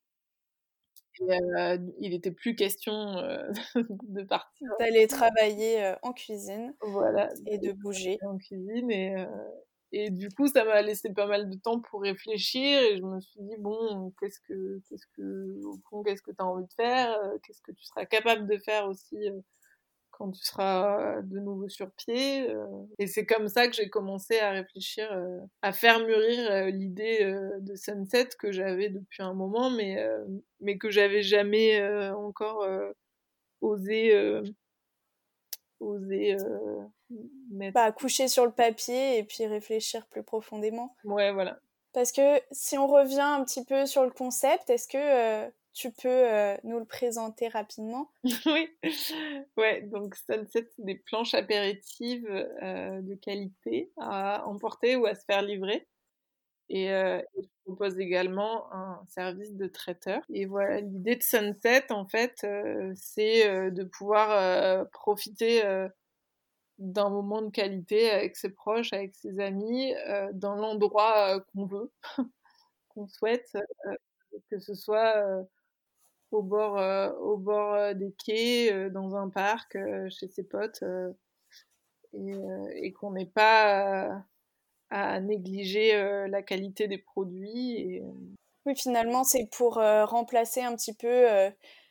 Et, euh, il était plus question euh, de partir. D'aller travailler euh, en cuisine Voilà, et de bouger. en cuisine, et euh, Et du coup, ça m'a laissé pas mal de temps pour réfléchir, et je me suis dit, bon, qu'est-ce que, qu'est-ce que, au fond, qu'est-ce que tu as envie de faire? euh, Qu'est-ce que tu seras capable de faire aussi euh, quand tu seras de nouveau sur pied? euh. Et c'est comme ça que j'ai commencé à réfléchir, euh, à faire mûrir euh, l'idée euh, de Sunset que j'avais depuis un moment, mais, euh, mais que j'avais jamais euh, encore euh, osé, euh, osé euh, mettre. Bah, coucher sur le papier et puis réfléchir plus profondément. Ouais, voilà. Parce que si on revient un petit peu sur le concept, est-ce que euh, tu peux euh, nous le présenter rapidement? Oui, ouais, donc Sunset, c'est des planches apéritives euh, de qualité à emporter ou à se faire livrer. Et, euh, et je propose également un service de traiteur. Et voilà, l'idée de Sunset, en fait, euh, c'est euh, de pouvoir euh, profiter euh, d'un moment de qualité avec ses proches, avec ses amis, euh, dans l'endroit euh, qu'on veut, qu'on souhaite, euh, que ce soit euh, au bord, euh, au bord euh, des quais, euh, dans un parc, euh, chez ses potes, euh, et, euh, et qu'on n'ait pas à, à négliger euh, la qualité des produits. Et... Oui, finalement, c'est pour euh, remplacer un petit peu euh,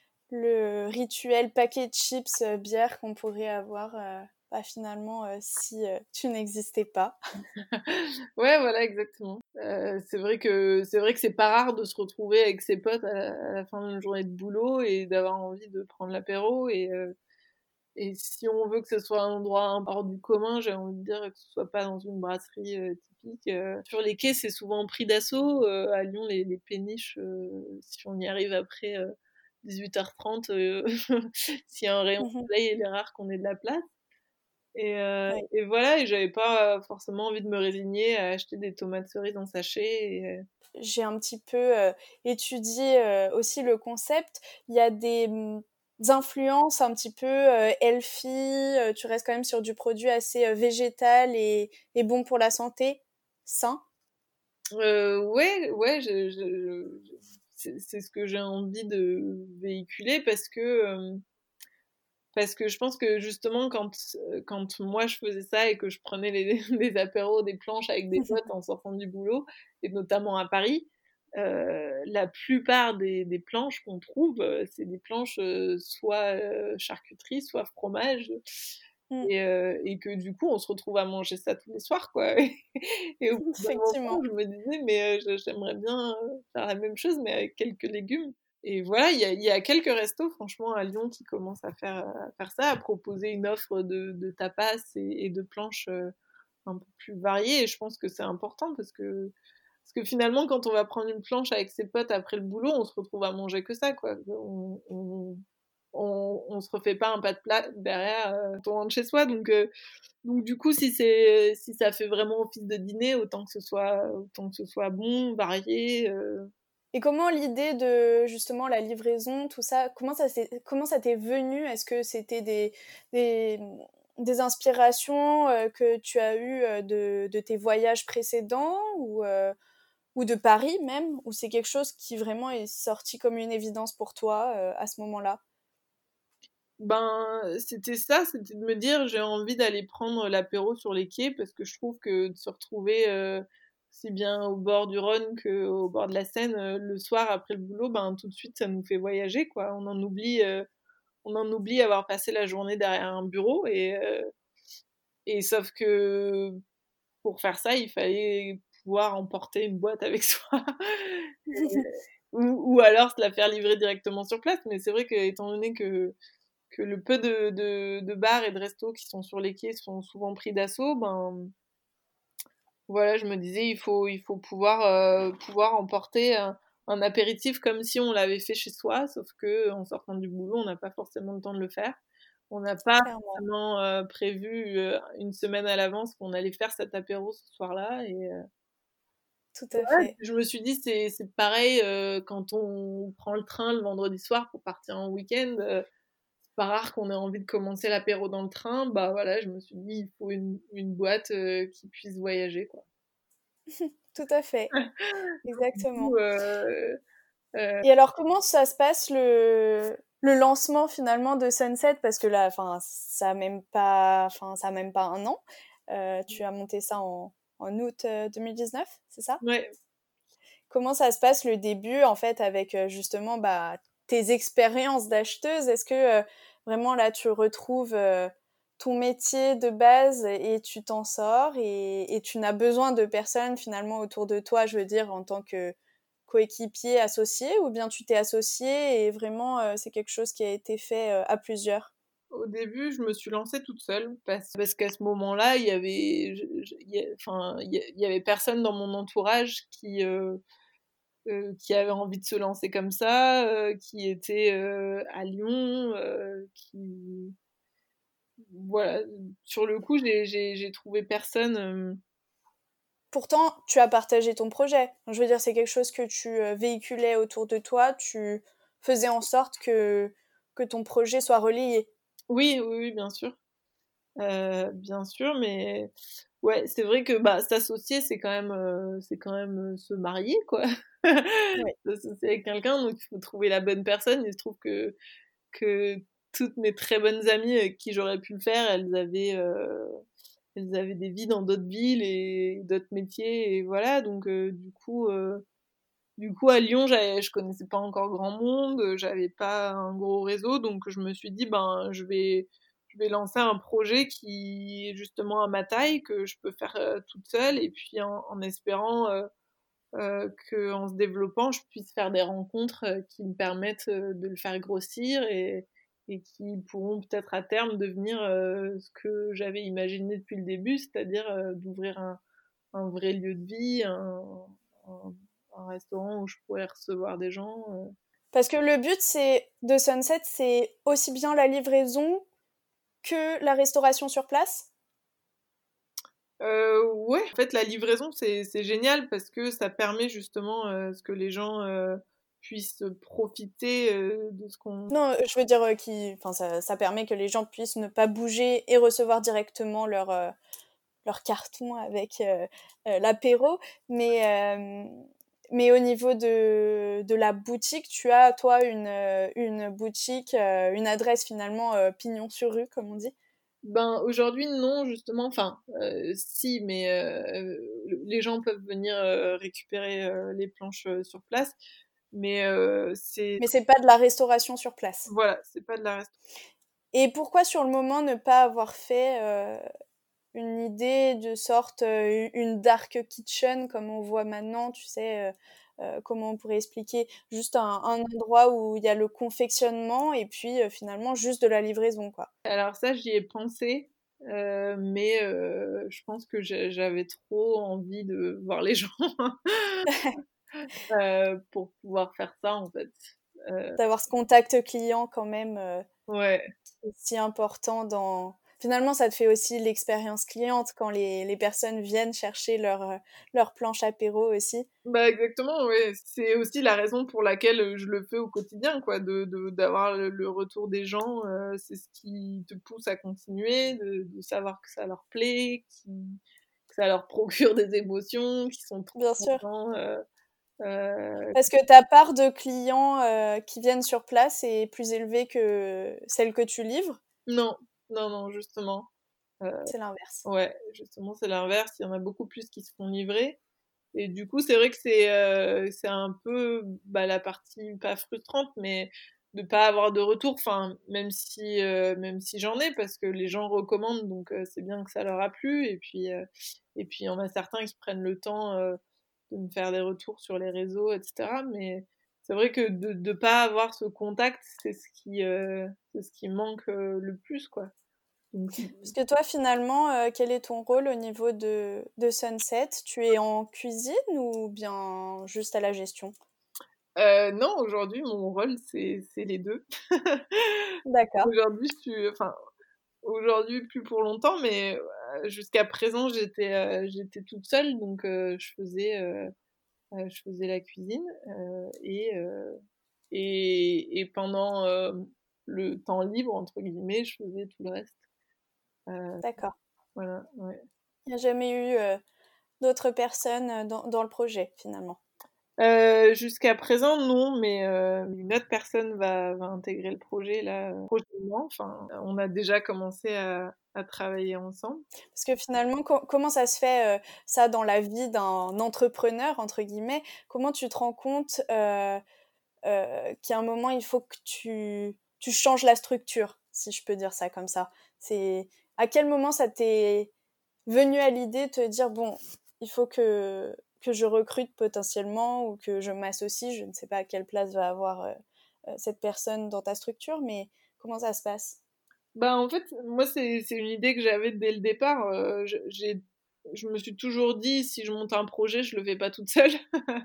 le rituel paquet de chips euh, bière qu'on pourrait avoir euh, bah, finalement euh, si euh, tu n'existais pas. Ouais, voilà, exactement. Euh, c'est vrai que c'est vrai que c'est pas rare de se retrouver avec ses potes à la, à la fin d'une journée de boulot et d'avoir envie de prendre l'apéro, et euh, et si on veut que ce soit un endroit hors du commun, j'ai envie de dire que ce soit pas dans une brasserie euh, typique. Euh, sur les quais, c'est souvent pris d'assaut. Euh, à Lyon, les, les péniches, euh, si on y arrive après euh, dix-huit heures trente, euh, s'il y a un rayon de Mhm. soleil, il est rare qu'on ait de la place. Et, euh, Ouais. et voilà, et j'avais pas forcément envie de me résigner à acheter des tomates cerises en sachet. Et, euh, J'ai un petit peu euh, étudié euh, aussi le concept. Il y a des, mm, des influences un petit peu euh, healthy. Euh, tu restes quand même sur du produit assez euh, végétal et, et bon pour la santé, sain. Euh, ouais, ouais, je, je, je- c'est c'est ce que j'ai envie de véhiculer, parce que euh, parce que je pense que justement quand euh, quand moi je faisais ça et que je prenais les, des apéros, des planches avec des potes en sortant du boulot, et notamment à Paris, euh, la plupart des, des planches qu'on trouve, euh, c'est des planches euh, soit euh, charcuterie, soit fromage. Mm. Et, euh, et que du coup, on se retrouve à manger ça tous les soirs, quoi. Et au bout d'un moment, Effectivement. je me disais, mais euh, j'aimerais bien euh, faire la même chose, mais avec quelques légumes. et voilà, il y a, y a quelques restos, franchement, à Lyon qui commencent à faire, à faire ça, à proposer une offre de, de tapas et, et de planches euh, un peu plus variées. Et je pense que c'est important parce que, parce que finalement, quand on va prendre une planche avec ses potes après le boulot, on se retrouve à manger que ça, quoi. On, on, on, on se refait pas un pas de plat derrière euh, quand on rentre chez soi. Donc, euh, donc du coup, si, c'est, si ça fait vraiment office de dîner, autant que ce soit, autant que ce soit bon, varié. Euh, Et comment l'idée de justement la livraison, tout ça, comment ça, s'est, comment ça t'est venu? Est-ce que c'était des, des, des inspirations euh, que tu as eues euh, de, de tes voyages précédents ou, euh, ou de Paris même? Ou c'est quelque chose qui vraiment est sorti comme une évidence pour toi euh, à ce moment-là? Ben, c'était ça, c'était de me dire j'ai envie d'aller prendre l'apéro sur les quais parce que je trouve que de se retrouver euh, si bien au bord du Rhône qu'au bord de la Seine euh, le soir après le boulot, ben tout de suite ça nous fait voyager quoi. On en oublie, euh, on en oublie avoir passé la journée derrière un bureau et euh, et sauf que pour faire ça il fallait pouvoir emporter une boîte avec soi ou, ou alors se la faire livrer directement sur place. Mais c'est vrai que étant donné que que le peu de, de, de bars et de restos qui sont sur les quais sont souvent pris d'assaut, ben voilà, je me disais il faut il faut pouvoir euh, pouvoir emporter un, un apéritif comme si on l'avait fait chez soi, sauf que en sortant du boulot, on n'a pas forcément le temps de le faire. On n'a pas Clairement, forcément euh, prévu euh, une semaine à l'avance qu'on allait faire cet apéro ce soir-là. Et euh, tout à ouais, fait. je me suis dit c'est c'est pareil euh, quand on prend le train le vendredi soir pour partir en week-end. Euh, pas rare qu'on ait envie de commencer l'apéro dans le train, bah voilà, je me suis dit, il faut une, une boîte euh, qui puisse voyager, quoi. Tout à fait, Du coup, exactement. euh, euh, Et alors, comment ça se passe le, le lancement finalement de Sunset? Parce que là, enfin, ça a même pas, enfin, ça a même pas un an. Euh, tu as monté ça en, en août euh, deux mille dix-neuf, c'est ça? ouais, Comment ça se passe le début en fait avec euh, justement bah, tes expériences d'acheteuse? Est-ce que euh, vraiment là tu retrouves euh, ton métier de base et tu t'en sors et, et tu n'as besoin de personne finalement autour de toi, je veux dire en tant que coéquipier associé, ou bien tu t'es associé et vraiment euh, c'est quelque chose qui a été fait euh, à plusieurs? au début, je me suis lancée toute seule parce, parce qu'à ce moment-là, il y avait, je- je- il y a- enfin, il y, a- il y avait personne dans mon entourage qui, euh, euh, qui avait envie de se lancer comme ça, euh, qui était euh, à Lyon, euh, qui, voilà, sur le coup, j'ai, j'ai, j'ai trouvé personne. euh, Pourtant, tu as partagé ton projet. Je veux dire, c'est quelque chose que tu euh, véhiculais autour de toi, tu faisais en sorte que, que ton projet soit relayé. Oui, oui, oui, bien sûr. Euh, bien sûr, mais ouais, c'est vrai que bah s'associer, c'est quand même, euh, c'est quand même euh, se marier, quoi. Oui. S'associer avec quelqu'un, donc il faut trouver la bonne personne. Il se trouve que que toutes mes très bonnes amies avec qui j'aurais pu le faire, elles avaient euh, elles avaient des vies dans d'autres villes et d'autres métiers et voilà. Donc euh, du coup, euh, du coup à Lyon, j'avais, je connaissais pas encore grand monde, euh, j'avais pas un gros réseau, donc je me suis dit ben je vais je vais lancer un projet qui est justement à ma taille, que je peux faire euh, toute seule, et puis en, en espérant euh, euh, que en se développant, je puisse faire des rencontres euh, qui me permettent euh, de le faire grossir et, et qui pourront peut-être à terme devenir euh, ce que j'avais imaginé depuis le début, c'est-à-dire euh, d'ouvrir un, un vrai lieu de vie, un, un, un restaurant où je pourrais recevoir des gens. euh. Parce que le but c'est de Sunset, c'est aussi bien la livraison que la restauration sur place. Euh, ouais, en fait, la livraison, c'est c'est génial parce que ça permet justement euh, ce que les gens euh, puissent profiter euh, de ce qu'on... Non, je veux dire, euh, qui, enfin, ça, ça permet que les gens puissent ne pas bouger et recevoir directement leur, euh, leur carton avec euh, euh, l'apéro. Mais, euh, mais au niveau de, de la boutique, tu as, toi, une, euh, une boutique, euh, une adresse finalement euh, pignon sur rue, comme on dit. Ben aujourd'hui non justement, enfin euh, si, mais euh, les gens peuvent venir euh, récupérer euh, les planches euh, sur place, mais euh, c'est Mais c'est pas de la restauration sur place. voilà, c'est pas de la restauration. Et pourquoi sur le moment ne pas avoir fait euh, une idée de sorte, euh, une dark kitchen comme on voit maintenant, tu sais, euh, euh, comment on pourrait expliquer, juste un, un endroit où il y a le confectionnement et puis euh, finalement juste de la livraison, quoi. Alors ça, j'y ai pensé, euh, mais euh, je pense que j'avais trop envie de voir les gens euh, pour pouvoir faire ça, en fait. Euh, D'avoir ce contact client quand même, euh, ouais. c'est si important dans... Finalement, ça te fait aussi l'expérience cliente quand les, les personnes viennent chercher leur, euh, leur planche apéro aussi. Bah exactement, ouais. C'est aussi la raison pour laquelle je le fais au quotidien, quoi, de, de, d'avoir le, le retour des gens. Euh, c'est ce qui te pousse à continuer, de, de savoir que ça leur plaît, qui, que ça leur procure des émotions, qu'ils sont trop Bien sûr. contents. Euh, euh, Parce que ta part de clients euh, qui viennent sur place est plus élevée que celle que tu livres. Non, non, non, justement. Euh, C'est l'inverse. ouais, justement, c'est l'inverse. Il y en a beaucoup plus qui se font livrer. Et du coup, c'est vrai que c'est euh, c'est un peu bah, la partie pas frustrante, mais de pas avoir de retour. Enfin, même si euh, même si j'en ai, parce que les gens recommandent, donc euh, c'est bien que ça leur a plu. Et puis euh, et puis il y en a certains qui prennent le temps euh, de me faire des retours sur les réseaux, et cetera. Mais c'est vrai que de de pas avoir ce contact, c'est ce qui euh, c'est ce qui manque euh, le plus, quoi. Donc, Parce que toi, finalement, euh, quel est ton rôle au niveau de, de Sunset? Tu es en cuisine ou bien juste à la gestion? euh, non, aujourd'hui, mon rôle, c'est c'est les deux. D'accord. Aujourd'hui, je suis, enfin, aujourd'hui plus pour longtemps, mais euh, jusqu'à présent, j'étais, euh, j'étais toute seule, donc euh, je faisais, euh, euh, je faisais la cuisine euh, et, euh, et et pendant euh, le temps libre entre guillemets, je faisais tout le reste. Euh, D'accord. voilà, ouais. Il n'y a jamais eu euh, d'autres personnes euh, dans, dans le projet, finalement. Euh, jusqu'à présent, non, mais euh, une autre personne va, va intégrer le projet là euh, prochainement. Enfin, on a déjà commencé à, à travailler ensemble. Parce que finalement, co- comment ça se fait, euh, ça, dans la vie d'un entrepreneur, entre guillemets? Comment tu te rends compte euh, euh, qu'à un moment, il faut que tu, tu changes la structure, si je peux dire ça comme ça? C'est à quel moment ça t'est venu à l'idée de te dire, bon, il faut que, que je recrute potentiellement ou que je m'associe, je ne sais pas à quelle place va avoir euh, euh, cette personne dans ta structure, mais comment ça se passe? Bah, en fait, moi, c'est c'est une idée que j'avais dès le départ. Euh, je- j'ai, je me suis toujours dit, si je monte un projet, je le fais pas toute seule.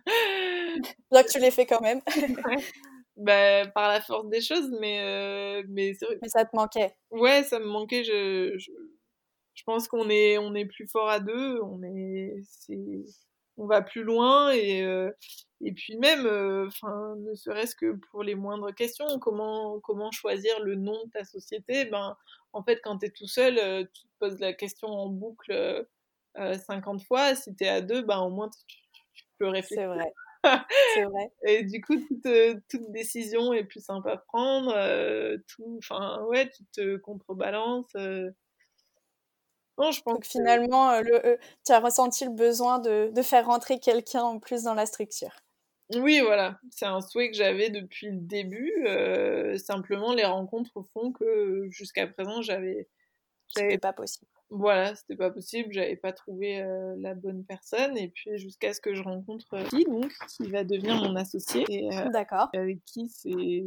Bien que tu l'aies fait quand même, Ouais. Bah, par la force des choses, mais, euh, mais c'est vrai. mais ça te manquait. Ouais, ça me manquait. Je, je, je pense qu'on est, on est plus fort à deux. On est, c'est, on va plus loin et, euh, et puis même, euh, enfin, ne serait-ce que pour les moindres questions, comment, comment choisir le nom de ta société, ben, en fait, quand t'es tout seul, euh, tu te poses la question en boucle euh, euh, cinquante fois. Si t'es à deux, ben, au moins, tu, tu- tu peux réfléchir. C'est vrai, c'est vrai. Et du coup, toute, euh, toute décision est plus simple à prendre. Euh, tout, enfin, ouais, tu te contrebalances. Euh. Non, je pense Donc que finalement, euh, le, euh, tu as ressenti le besoin de, de faire rentrer quelqu'un en plus dans la structure. oui, voilà, c'est un souhait que j'avais depuis le début. Euh, simplement, les rencontres font que jusqu'à présent, j'avais, C'était j'avais, pas possible. voilà, c'était pas possible. J'avais pas trouvé euh, la bonne personne. Et puis jusqu'à ce que je rencontre euh, qui donc, qui va devenir mon associé et euh, D'accord. avec qui c'est,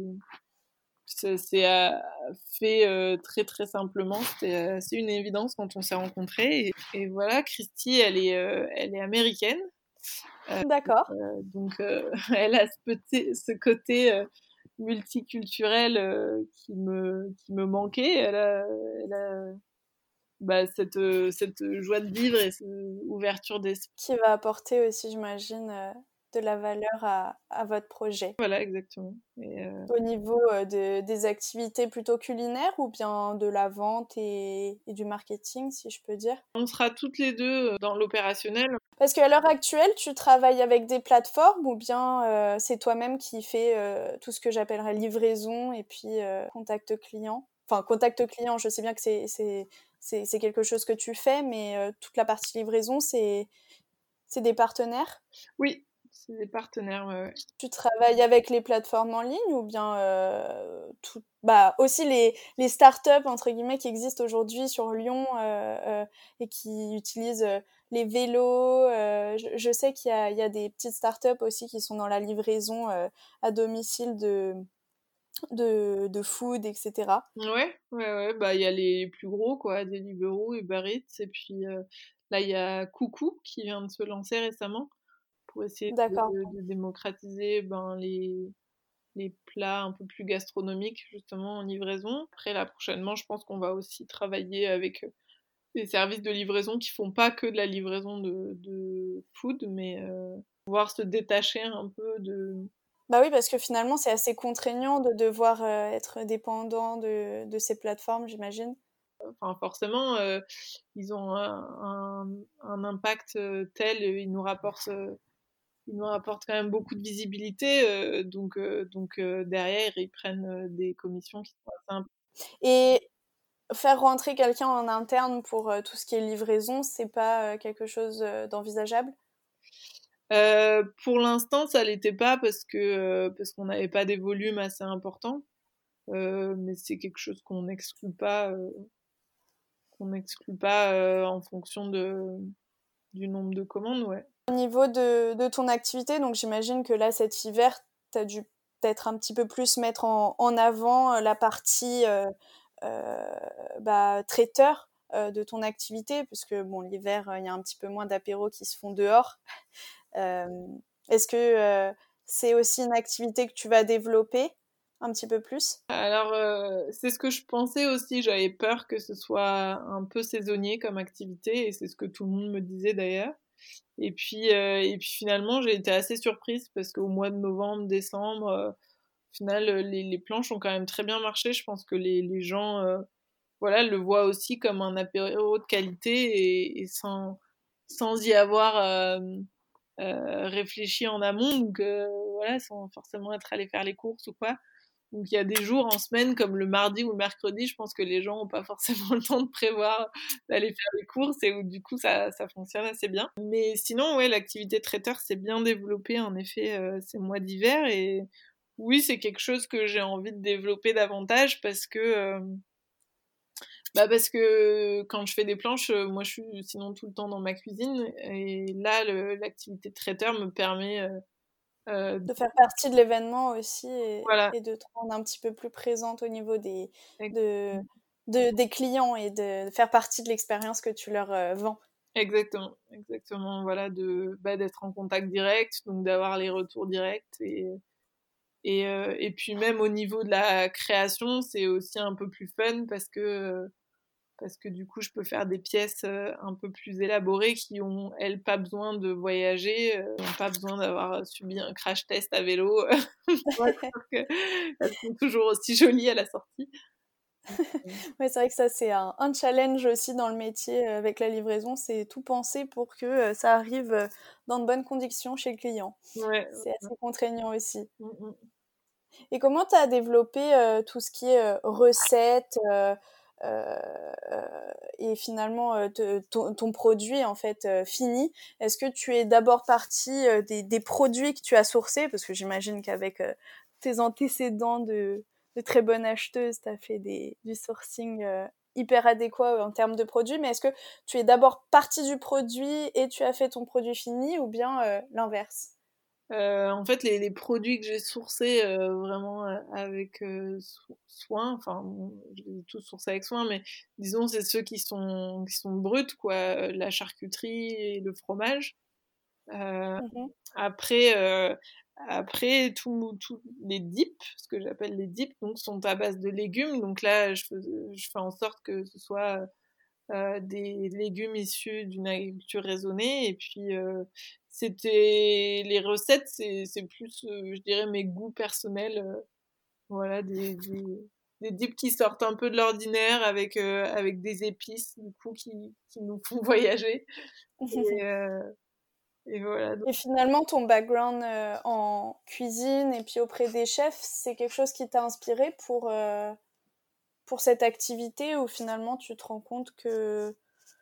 ça s'est euh, fait euh, très très simplement. C'était euh, c'est une évidence quand on s'est rencontrés. Et, et voilà, Christy, elle est, euh, elle est américaine. D'accord. Euh, donc, euh, elle a ce, petit, ce côté euh, multiculturel euh, qui, me, qui me manquait. Elle a, elle a bah, cette, euh, cette joie de vivre et cette ouverture d'esprit. Qui va apporter aussi, j'imagine, euh, de la valeur à, à votre projet. Voilà, exactement. Et, euh, Au niveau euh, de, des activités plutôt culinaires ou bien de la vente et, et du marketing, si je peux dire? on sera toutes les deux euh, dans l'opérationnel. Parce qu'à l'heure actuelle, tu travailles avec des plateformes ou bien euh, c'est toi-même qui fais euh, tout ce que j'appellerais livraison et puis euh, contact client? Enfin, contact client, je sais bien que c'est, c'est, c'est, c'est quelque chose que tu fais, mais euh, toute la partie livraison, c'est, c'est des partenaires? Oui, c'est des partenaires. Ouais, ouais. Tu travailles avec les plateformes en ligne ou bien euh, tout, bah, aussi les, les startups, entre guillemets, qui existent aujourd'hui sur Lyon euh, euh, et qui utilisent euh, les vélos. Euh, je, je sais qu'il y a, il y a des petites startups aussi qui sont dans la livraison euh, à domicile de, de, de food, et cetera. Ouais, ouais, ouais, bah, il y a les plus gros, quoi, Deliveroo, Uber Eats, et puis euh, là, il y a Coucou qui vient de se lancer récemment pour essayer de, D'accord. de démocratiser ben, les, les plats un peu plus gastronomiques, justement, en livraison. Après, là, prochainement, je pense qu'on va aussi travailler avec euh, des services de livraison qui font pas que de la livraison de, de food, mais euh, pouvoir se détacher un peu de... Bah oui, parce que finalement, c'est assez contraignant de devoir euh, être dépendant de, de ces plateformes, j'imagine. Enfin, forcément, euh, ils ont un, un, un impact euh, tel, euh, ils nous rapportent, euh, ils nous rapportent quand même beaucoup de visibilité, euh, donc, euh, donc euh, derrière, ils prennent euh, des commissions qui sont assez importantes. Et faire rentrer quelqu'un en interne pour euh, tout ce qui est livraison, c'est pas euh, quelque chose euh, d'envisageable? Euh, pour l'instant, ça l'était pas parce que euh, parce qu'on n'avait pas des volumes assez importants, euh, mais c'est quelque chose qu'on n'exclut pas, euh, qu'on n'exclut pas euh, en fonction de du nombre de commandes, ouais. Au niveau de, de ton activité, donc j'imagine que là, cet hiver, tu as dû peut-être un petit peu plus mettre en, en avant euh, la partie euh, euh, bah, traiteur euh, de ton activité, puisque bon, l'hiver, il y a un petit peu moins d'apéros qui se font dehors. Euh, Est-ce que euh, c'est aussi une activité que tu vas développer un petit peu plus? Alors, euh, c'est ce que je pensais aussi. J'avais peur que ce soit un peu saisonnier comme activité, et c'est ce que tout le monde me disait d'ailleurs. Et puis, euh, et puis finalement, j'ai été assez surprise parce qu'au mois de novembre, décembre, euh, au final, euh, les, les planches ont quand même très bien marché. Je pense que les, les gens, euh, voilà, le voient aussi comme un apéro de qualité et, et sans, sans y avoir euh, euh, réfléchi en amont. Donc, euh, voilà, sans forcément être allé faire les courses ou quoi. Donc il y a des jours en semaine comme le mardi ou le mercredi, je pense que les gens n'ont pas forcément le temps de prévoir d'aller faire les courses et où du coup ça, ça fonctionne assez bien. Mais sinon, ouais, l'activité traiteur s'est bien développée en effet euh, ces mois d'hiver et oui, c'est quelque chose que j'ai envie de développer davantage parce que euh, bah parce que quand je fais des planches, euh, moi je suis sinon tout le temps dans ma cuisine et là le, l'activité traiteur me permet euh, euh, De faire partie de l'événement aussi et, voilà. et de te rendre un petit peu plus présente au niveau des, de, de, des clients et de faire partie de l'expérience que tu leur euh, vends. Exactement, exactement. Voilà, de bah, d'être en contact direct, donc d'avoir les retours directs et et euh, et puis même au niveau de la création, c'est aussi un peu plus fun parce que parce que du coup, je peux faire des pièces euh, un peu plus élaborées qui ont elles pas besoin de voyager, euh, ont pas besoin d'avoir subi un crash test à vélo. Pour être sûr qu'elles sont toujours aussi jolies à la sortie. Ouais, c'est vrai que ça, c'est un, un challenge aussi dans le métier euh, avec la livraison, c'est tout penser pour que euh, ça arrive euh, dans de bonnes conditions chez le client. Ouais. C'est assez contraignant aussi. Mm, mm. Et comment tu as développé euh, tout ce qui est euh, recettes euh, euh, euh, et finalement euh, te- ton, ton produit en fait euh, fini? Est-ce que tu es d'abord parti euh, des, des produits que tu as sourcés? Parce que j'imagine qu'avec euh, tes antécédents de, de très bonne acheteuse, tu as fait des, du sourcing euh, hyper adéquat euh, en termes de produits. Mais est-ce que tu es d'abord parti du produit et tu as fait ton produit fini ou bien euh, l'inverse? Euh, en fait, les, les produits que j'ai sourcés euh, vraiment euh, avec euh, so- soin, enfin, bon, je les ai tous sourcés avec soin, mais disons, c'est ceux qui sont, qui sont bruts, quoi, euh, la charcuterie et le fromage. Euh, Mhm. après, euh, après tous tous les dips, ce que j'appelle les dips, donc, sont à base de légumes. Donc là, je fais, je fais en sorte que ce soit euh, des légumes issus d'une agriculture raisonnée. Et puis, euh, c'était les recettes, c'est, c'est plus, euh, je dirais, mes goûts personnels. Euh, voilà, des, des, des dips qui sortent un peu de l'ordinaire avec, euh, avec des épices, du coup, qui, qui nous font voyager. Et, euh, et voilà. Donc, Et finalement, ton background euh, en cuisine et puis auprès des chefs, c'est quelque chose qui t'a inspiré pour, euh, pour cette activité ou finalement tu te rends compte que,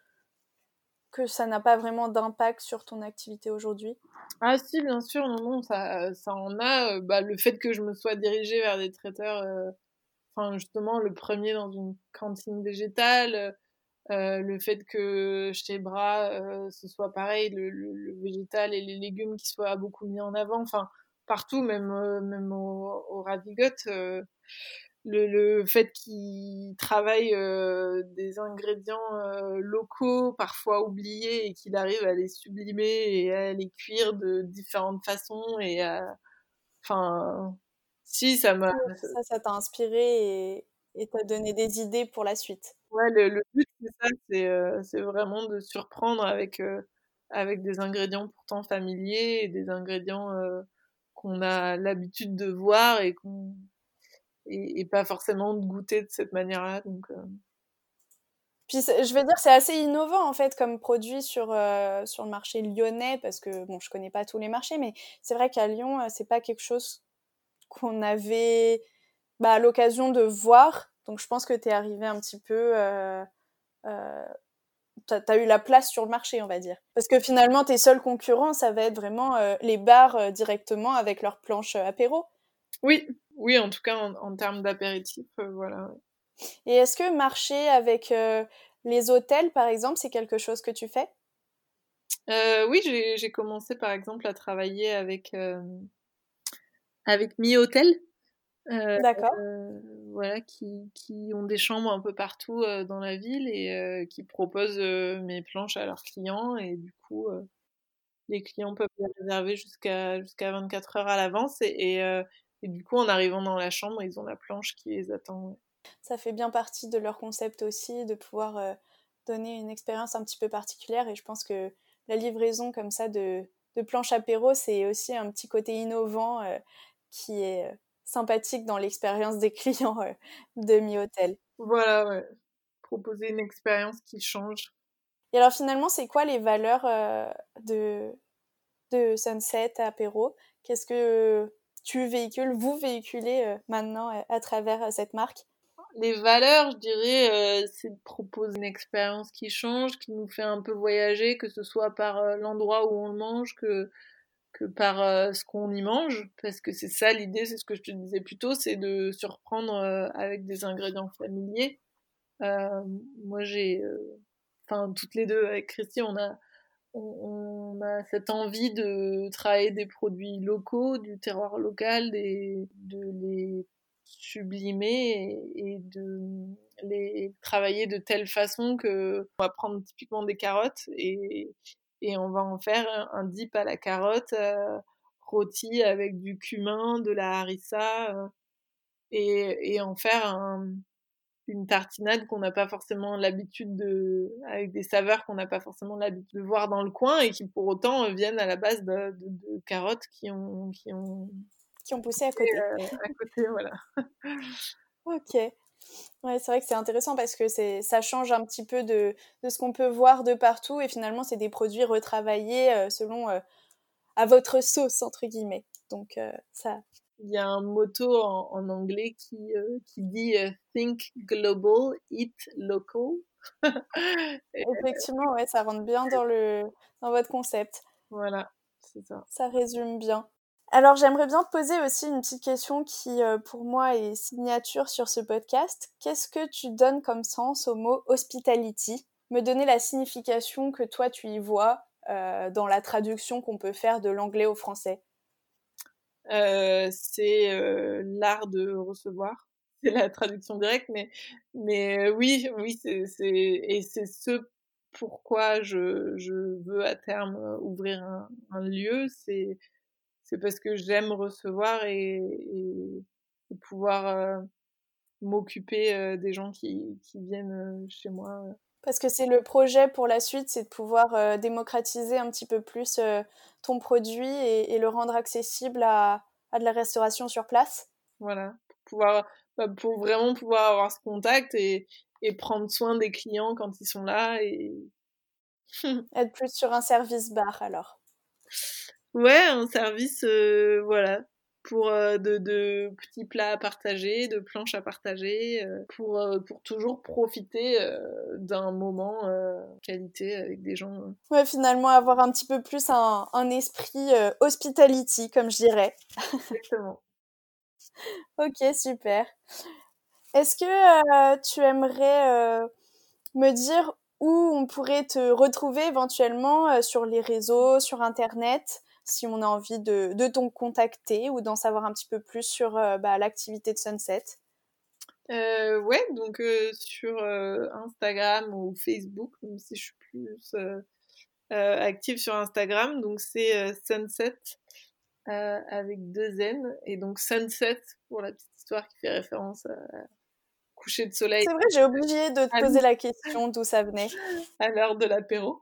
que ça n'a pas vraiment d'impact sur ton activité aujourd'hui? ah si, bien sûr, non, non, ça, ça en a. Euh, bah, le fait que je me sois dirigée vers des traiteurs, euh, enfin justement le premier dans une cantine végétale, Euh, le fait que chez Bras, euh, ce soit pareil, le, le, le végétal et les légumes qui soient beaucoup mis en avant, enfin partout, même, euh, même au, au Ravigot, euh, le, le fait qu'ils travaillent euh, des ingrédients euh, locaux, parfois oubliés, et qu'il arrive à les sublimer et à les cuire de différentes façons, et à... Enfin, si, ça m'a... Ça, ça t'a inspiré et, et t'a donné des idées pour la suite. Ouais, le, le but, c'est ça, c'est euh, c'est vraiment de surprendre avec, euh, avec des ingrédients pourtant familiers et des ingrédients euh, qu'on a l'habitude de voir et, qu'on, et, et pas forcément de goûter de cette manière-là. Donc, euh, Puis je vais dire, c'est assez innovant en fait comme produit sur, euh, sur le marché lyonnais, parce que bon, je connais pas tous les marchés, mais c'est vrai qu'à Lyon, euh, c'est pas quelque chose qu'on avait bah, l'occasion de voir. Donc je pense que t'es arrivé un petit peu... Euh, euh, t'as, t'as eu la place sur le marché, on va dire. Parce que finalement, tes seuls concurrents, ça va être vraiment euh, les bars euh, directement avec leurs planches euh, apéro. oui, oui, en tout cas en, en termes d'apéritif, euh, voilà. Et est-ce que marcher avec euh, les hôtels, par exemple, c'est quelque chose que tu fais? Euh, oui, j'ai, j'ai commencé par exemple à travailler avec, euh, avec Mi Hotel. Euh, D'accord. euh, voilà, qui, qui ont des chambres un peu partout euh, dans la ville et euh, qui proposent euh, mes planches à leurs clients. Et du coup, euh, les clients peuvent les réserver jusqu'à jusqu'à vingt-quatre heures à l'avance. Et, et, euh, et du coup, en arrivant dans la chambre, ils ont la planche qui les attend. Ça fait bien partie de leur concept aussi, de pouvoir euh, donner une expérience un petit peu particulière. Et je pense que la livraison comme ça de, de planches apéro, c'est aussi un petit côté innovant euh, qui est euh, sympathique dans l'expérience des clients euh, de Mi Hotel. Voilà, ouais. Proposer une expérience qui change. Et alors finalement, c'est quoi les valeurs euh, de, de Sunset Apéro? Qu'est-ce que tu véhicules, vous véhiculez euh, maintenant euh, à travers euh, cette marque? Les valeurs, je dirais, euh, c'est de proposer une expérience qui change, qui nous fait un peu voyager, que ce soit par euh, l'endroit où on le mange, que que par euh, ce qu'on y mange, parce que c'est ça l'idée, c'est ce que je te disais plus tôt, c'est de surprendre euh, avec des ingrédients familiers. Euh, moi, j'ai, euh, enfin, toutes les deux avec Christy, on a, on, on a cette envie de travailler des produits locaux, du terroir local, des, de les sublimer et, et de les travailler de telle façon que on va prendre typiquement des carottes et, et on va en faire un dip à la carotte euh, rôti avec du cumin, de la harissa euh, et, et en faire un, une tartinade qu'on n'a pas forcément l'habitude de, avec des saveurs qu'on n'a pas forcément l'habitude de voir dans le coin et qui pour autant euh, viennent à la base de, de, de carottes qui ont, qui ont Qui ont poussé à côté. euh, à côté, voilà. Ok. Ouais, c'est vrai que c'est intéressant parce que c'est, ça change un petit peu de, de ce qu'on peut voir de partout et finalement c'est des produits retravaillés euh, selon euh, à votre sauce entre guillemets. Donc euh, ça. Il y a un motto en, en anglais qui, euh, qui dit euh, Think global, eat local. Et Effectivement, ouais, ça rentre bien dans le dans votre concept. voilà, c'est ça. Ça résume bien. Alors j'aimerais bien te poser aussi une petite question qui euh, pour moi est signature sur ce podcast. Qu'est-ce que tu donnes comme sens au mot hospitality? Me donner la signification que toi tu y vois euh, dans la traduction qu'on peut faire de l'anglais au français. Euh, c'est euh, l'art de recevoir. C'est la traduction directe, mais, mais euh, oui, oui, c'est, c'est, et c'est ce pourquoi je, je veux à terme euh, ouvrir un, un lieu, c'est, c'est parce que j'aime recevoir et, et, et pouvoir euh, m'occuper euh, des gens qui, qui viennent euh, chez moi. Parce que c'est le projet pour la suite, c'est de pouvoir euh, démocratiser un petit peu plus euh, ton produit et, et le rendre accessible à, à de la restauration sur place. Voilà, pour pouvoir, bah, pour vraiment pouvoir avoir ce contact et, et prendre soin des clients quand ils sont là et Être plus sur un service bar alors. ouais, un service, euh, voilà, pour euh, de, de petits plats à partager, de planches à partager, euh, pour, euh, pour toujours profiter euh, d'un moment euh, qualité avec des gens. euh. Ouais, finalement avoir un petit peu plus un, un esprit euh, hospitality, comme je dirais. Exactement. Ok, super. Est-ce que euh, tu aimerais euh, me dire où on pourrait te retrouver éventuellement euh, sur les réseaux, sur Internet, si on a envie de, de t'en contacter ou d'en savoir un petit peu plus sur euh, bah, l'activité de Sunset. Euh, ouais, donc euh, sur euh, Instagram ou Facebook, même si je suis plus euh, euh, active sur Instagram, donc c'est euh, Sunset euh, avec deux N, et donc Sunset pour la petite histoire qui fait référence à coucher de soleil. C'est vrai, j'ai oublié de te à poser la question d'où ça venait. à l'heure de l'apéro.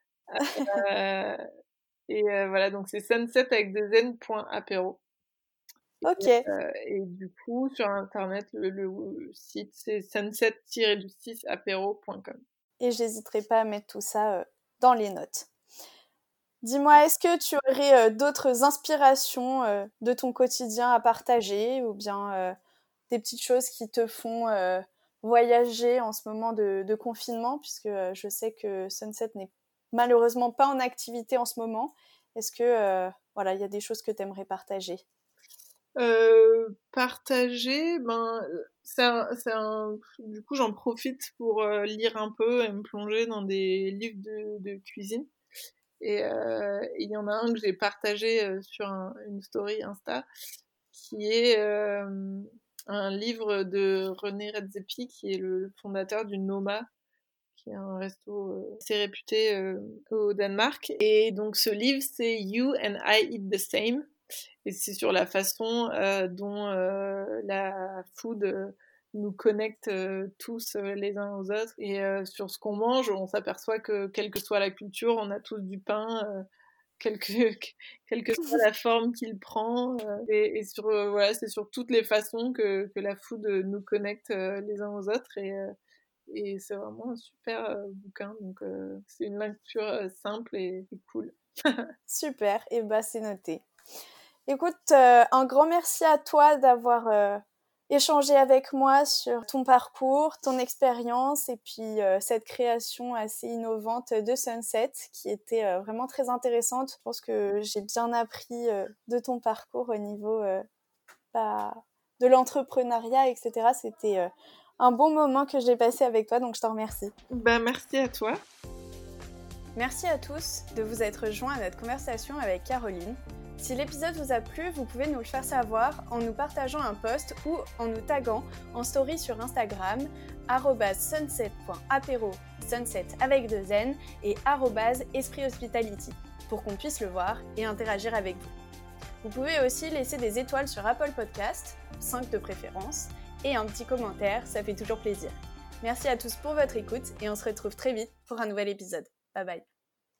Euh, et euh, voilà, donc c'est sunset avec deux N point apéro. Ok. Et, euh, et du coup, sur internet, le, le site c'est sunset tiret six apéro point com. Et j'hésiterai pas à mettre tout ça euh, dans les notes. Dis-moi, est-ce que tu aurais euh, d'autres inspirations euh, de ton quotidien à partager ou bien euh, des petites choses qui te font euh, voyager en ce moment de, de confinement, puisque euh, je sais que Sunset n'est malheureusement pas en activité en ce moment. Est-ce que euh, voilà, il y a des choses que tu aimerais partager? Euh, partager, ben, c'est un, c'est un, du coup, j'en profite pour euh, lire un peu et me plonger dans des livres de, de cuisine. Et euh, il y en a un que j'ai partagé euh, sur un, une story Insta, qui est euh, un livre de René Redzepi, qui est le fondateur du Noma, qui est un resto euh, assez réputé euh, au Danemark. Et donc ce livre, c'est You and I Eat the Same. Et c'est sur la façon euh, dont euh, la food euh, nous connecte euh, tous euh, les uns aux autres. Et euh, sur ce qu'on mange, on s'aperçoit que quelle que soit la culture, on a tous du pain, euh, quelle, que, quelle que soit la forme qu'il prend. Euh, et, et sur, euh, voilà, c'est sur toutes les façons que, que la food nous connecte euh, les uns aux autres. Et, euh, et c'est vraiment un super euh, bouquin. Donc euh, c'est une lecture euh, simple et, et cool. Super, et bah c'est noté. Écoute, euh, un grand merci à toi d'avoir euh, échangé avec moi sur ton parcours, ton expérience et puis euh, cette création assez innovante de Sunset qui était euh, vraiment très intéressante. Je pense que j'ai bien appris euh, de ton parcours au niveau euh, bah, de l'entrepreneuriat, et cetera. C'était euh, un bon moment que j'ai passé avec toi, donc je te remercie. Ben, merci à toi. Merci à tous de vous être joints à notre conversation avec Caroline. Si l'épisode vous a plu, vous pouvez nous le faire savoir en nous partageant un post ou en nous taguant en story sur Instagram arobase sunset point apéro, sunset avec deux N, et arobase esprit hospitality pour qu'on puisse le voir et interagir avec vous. Vous pouvez aussi laisser des étoiles sur Apple Podcast, cinq de préférence, et un petit commentaire, ça fait toujours plaisir. Merci à tous pour votre écoute et on se retrouve très vite pour un nouvel épisode. Bye bye.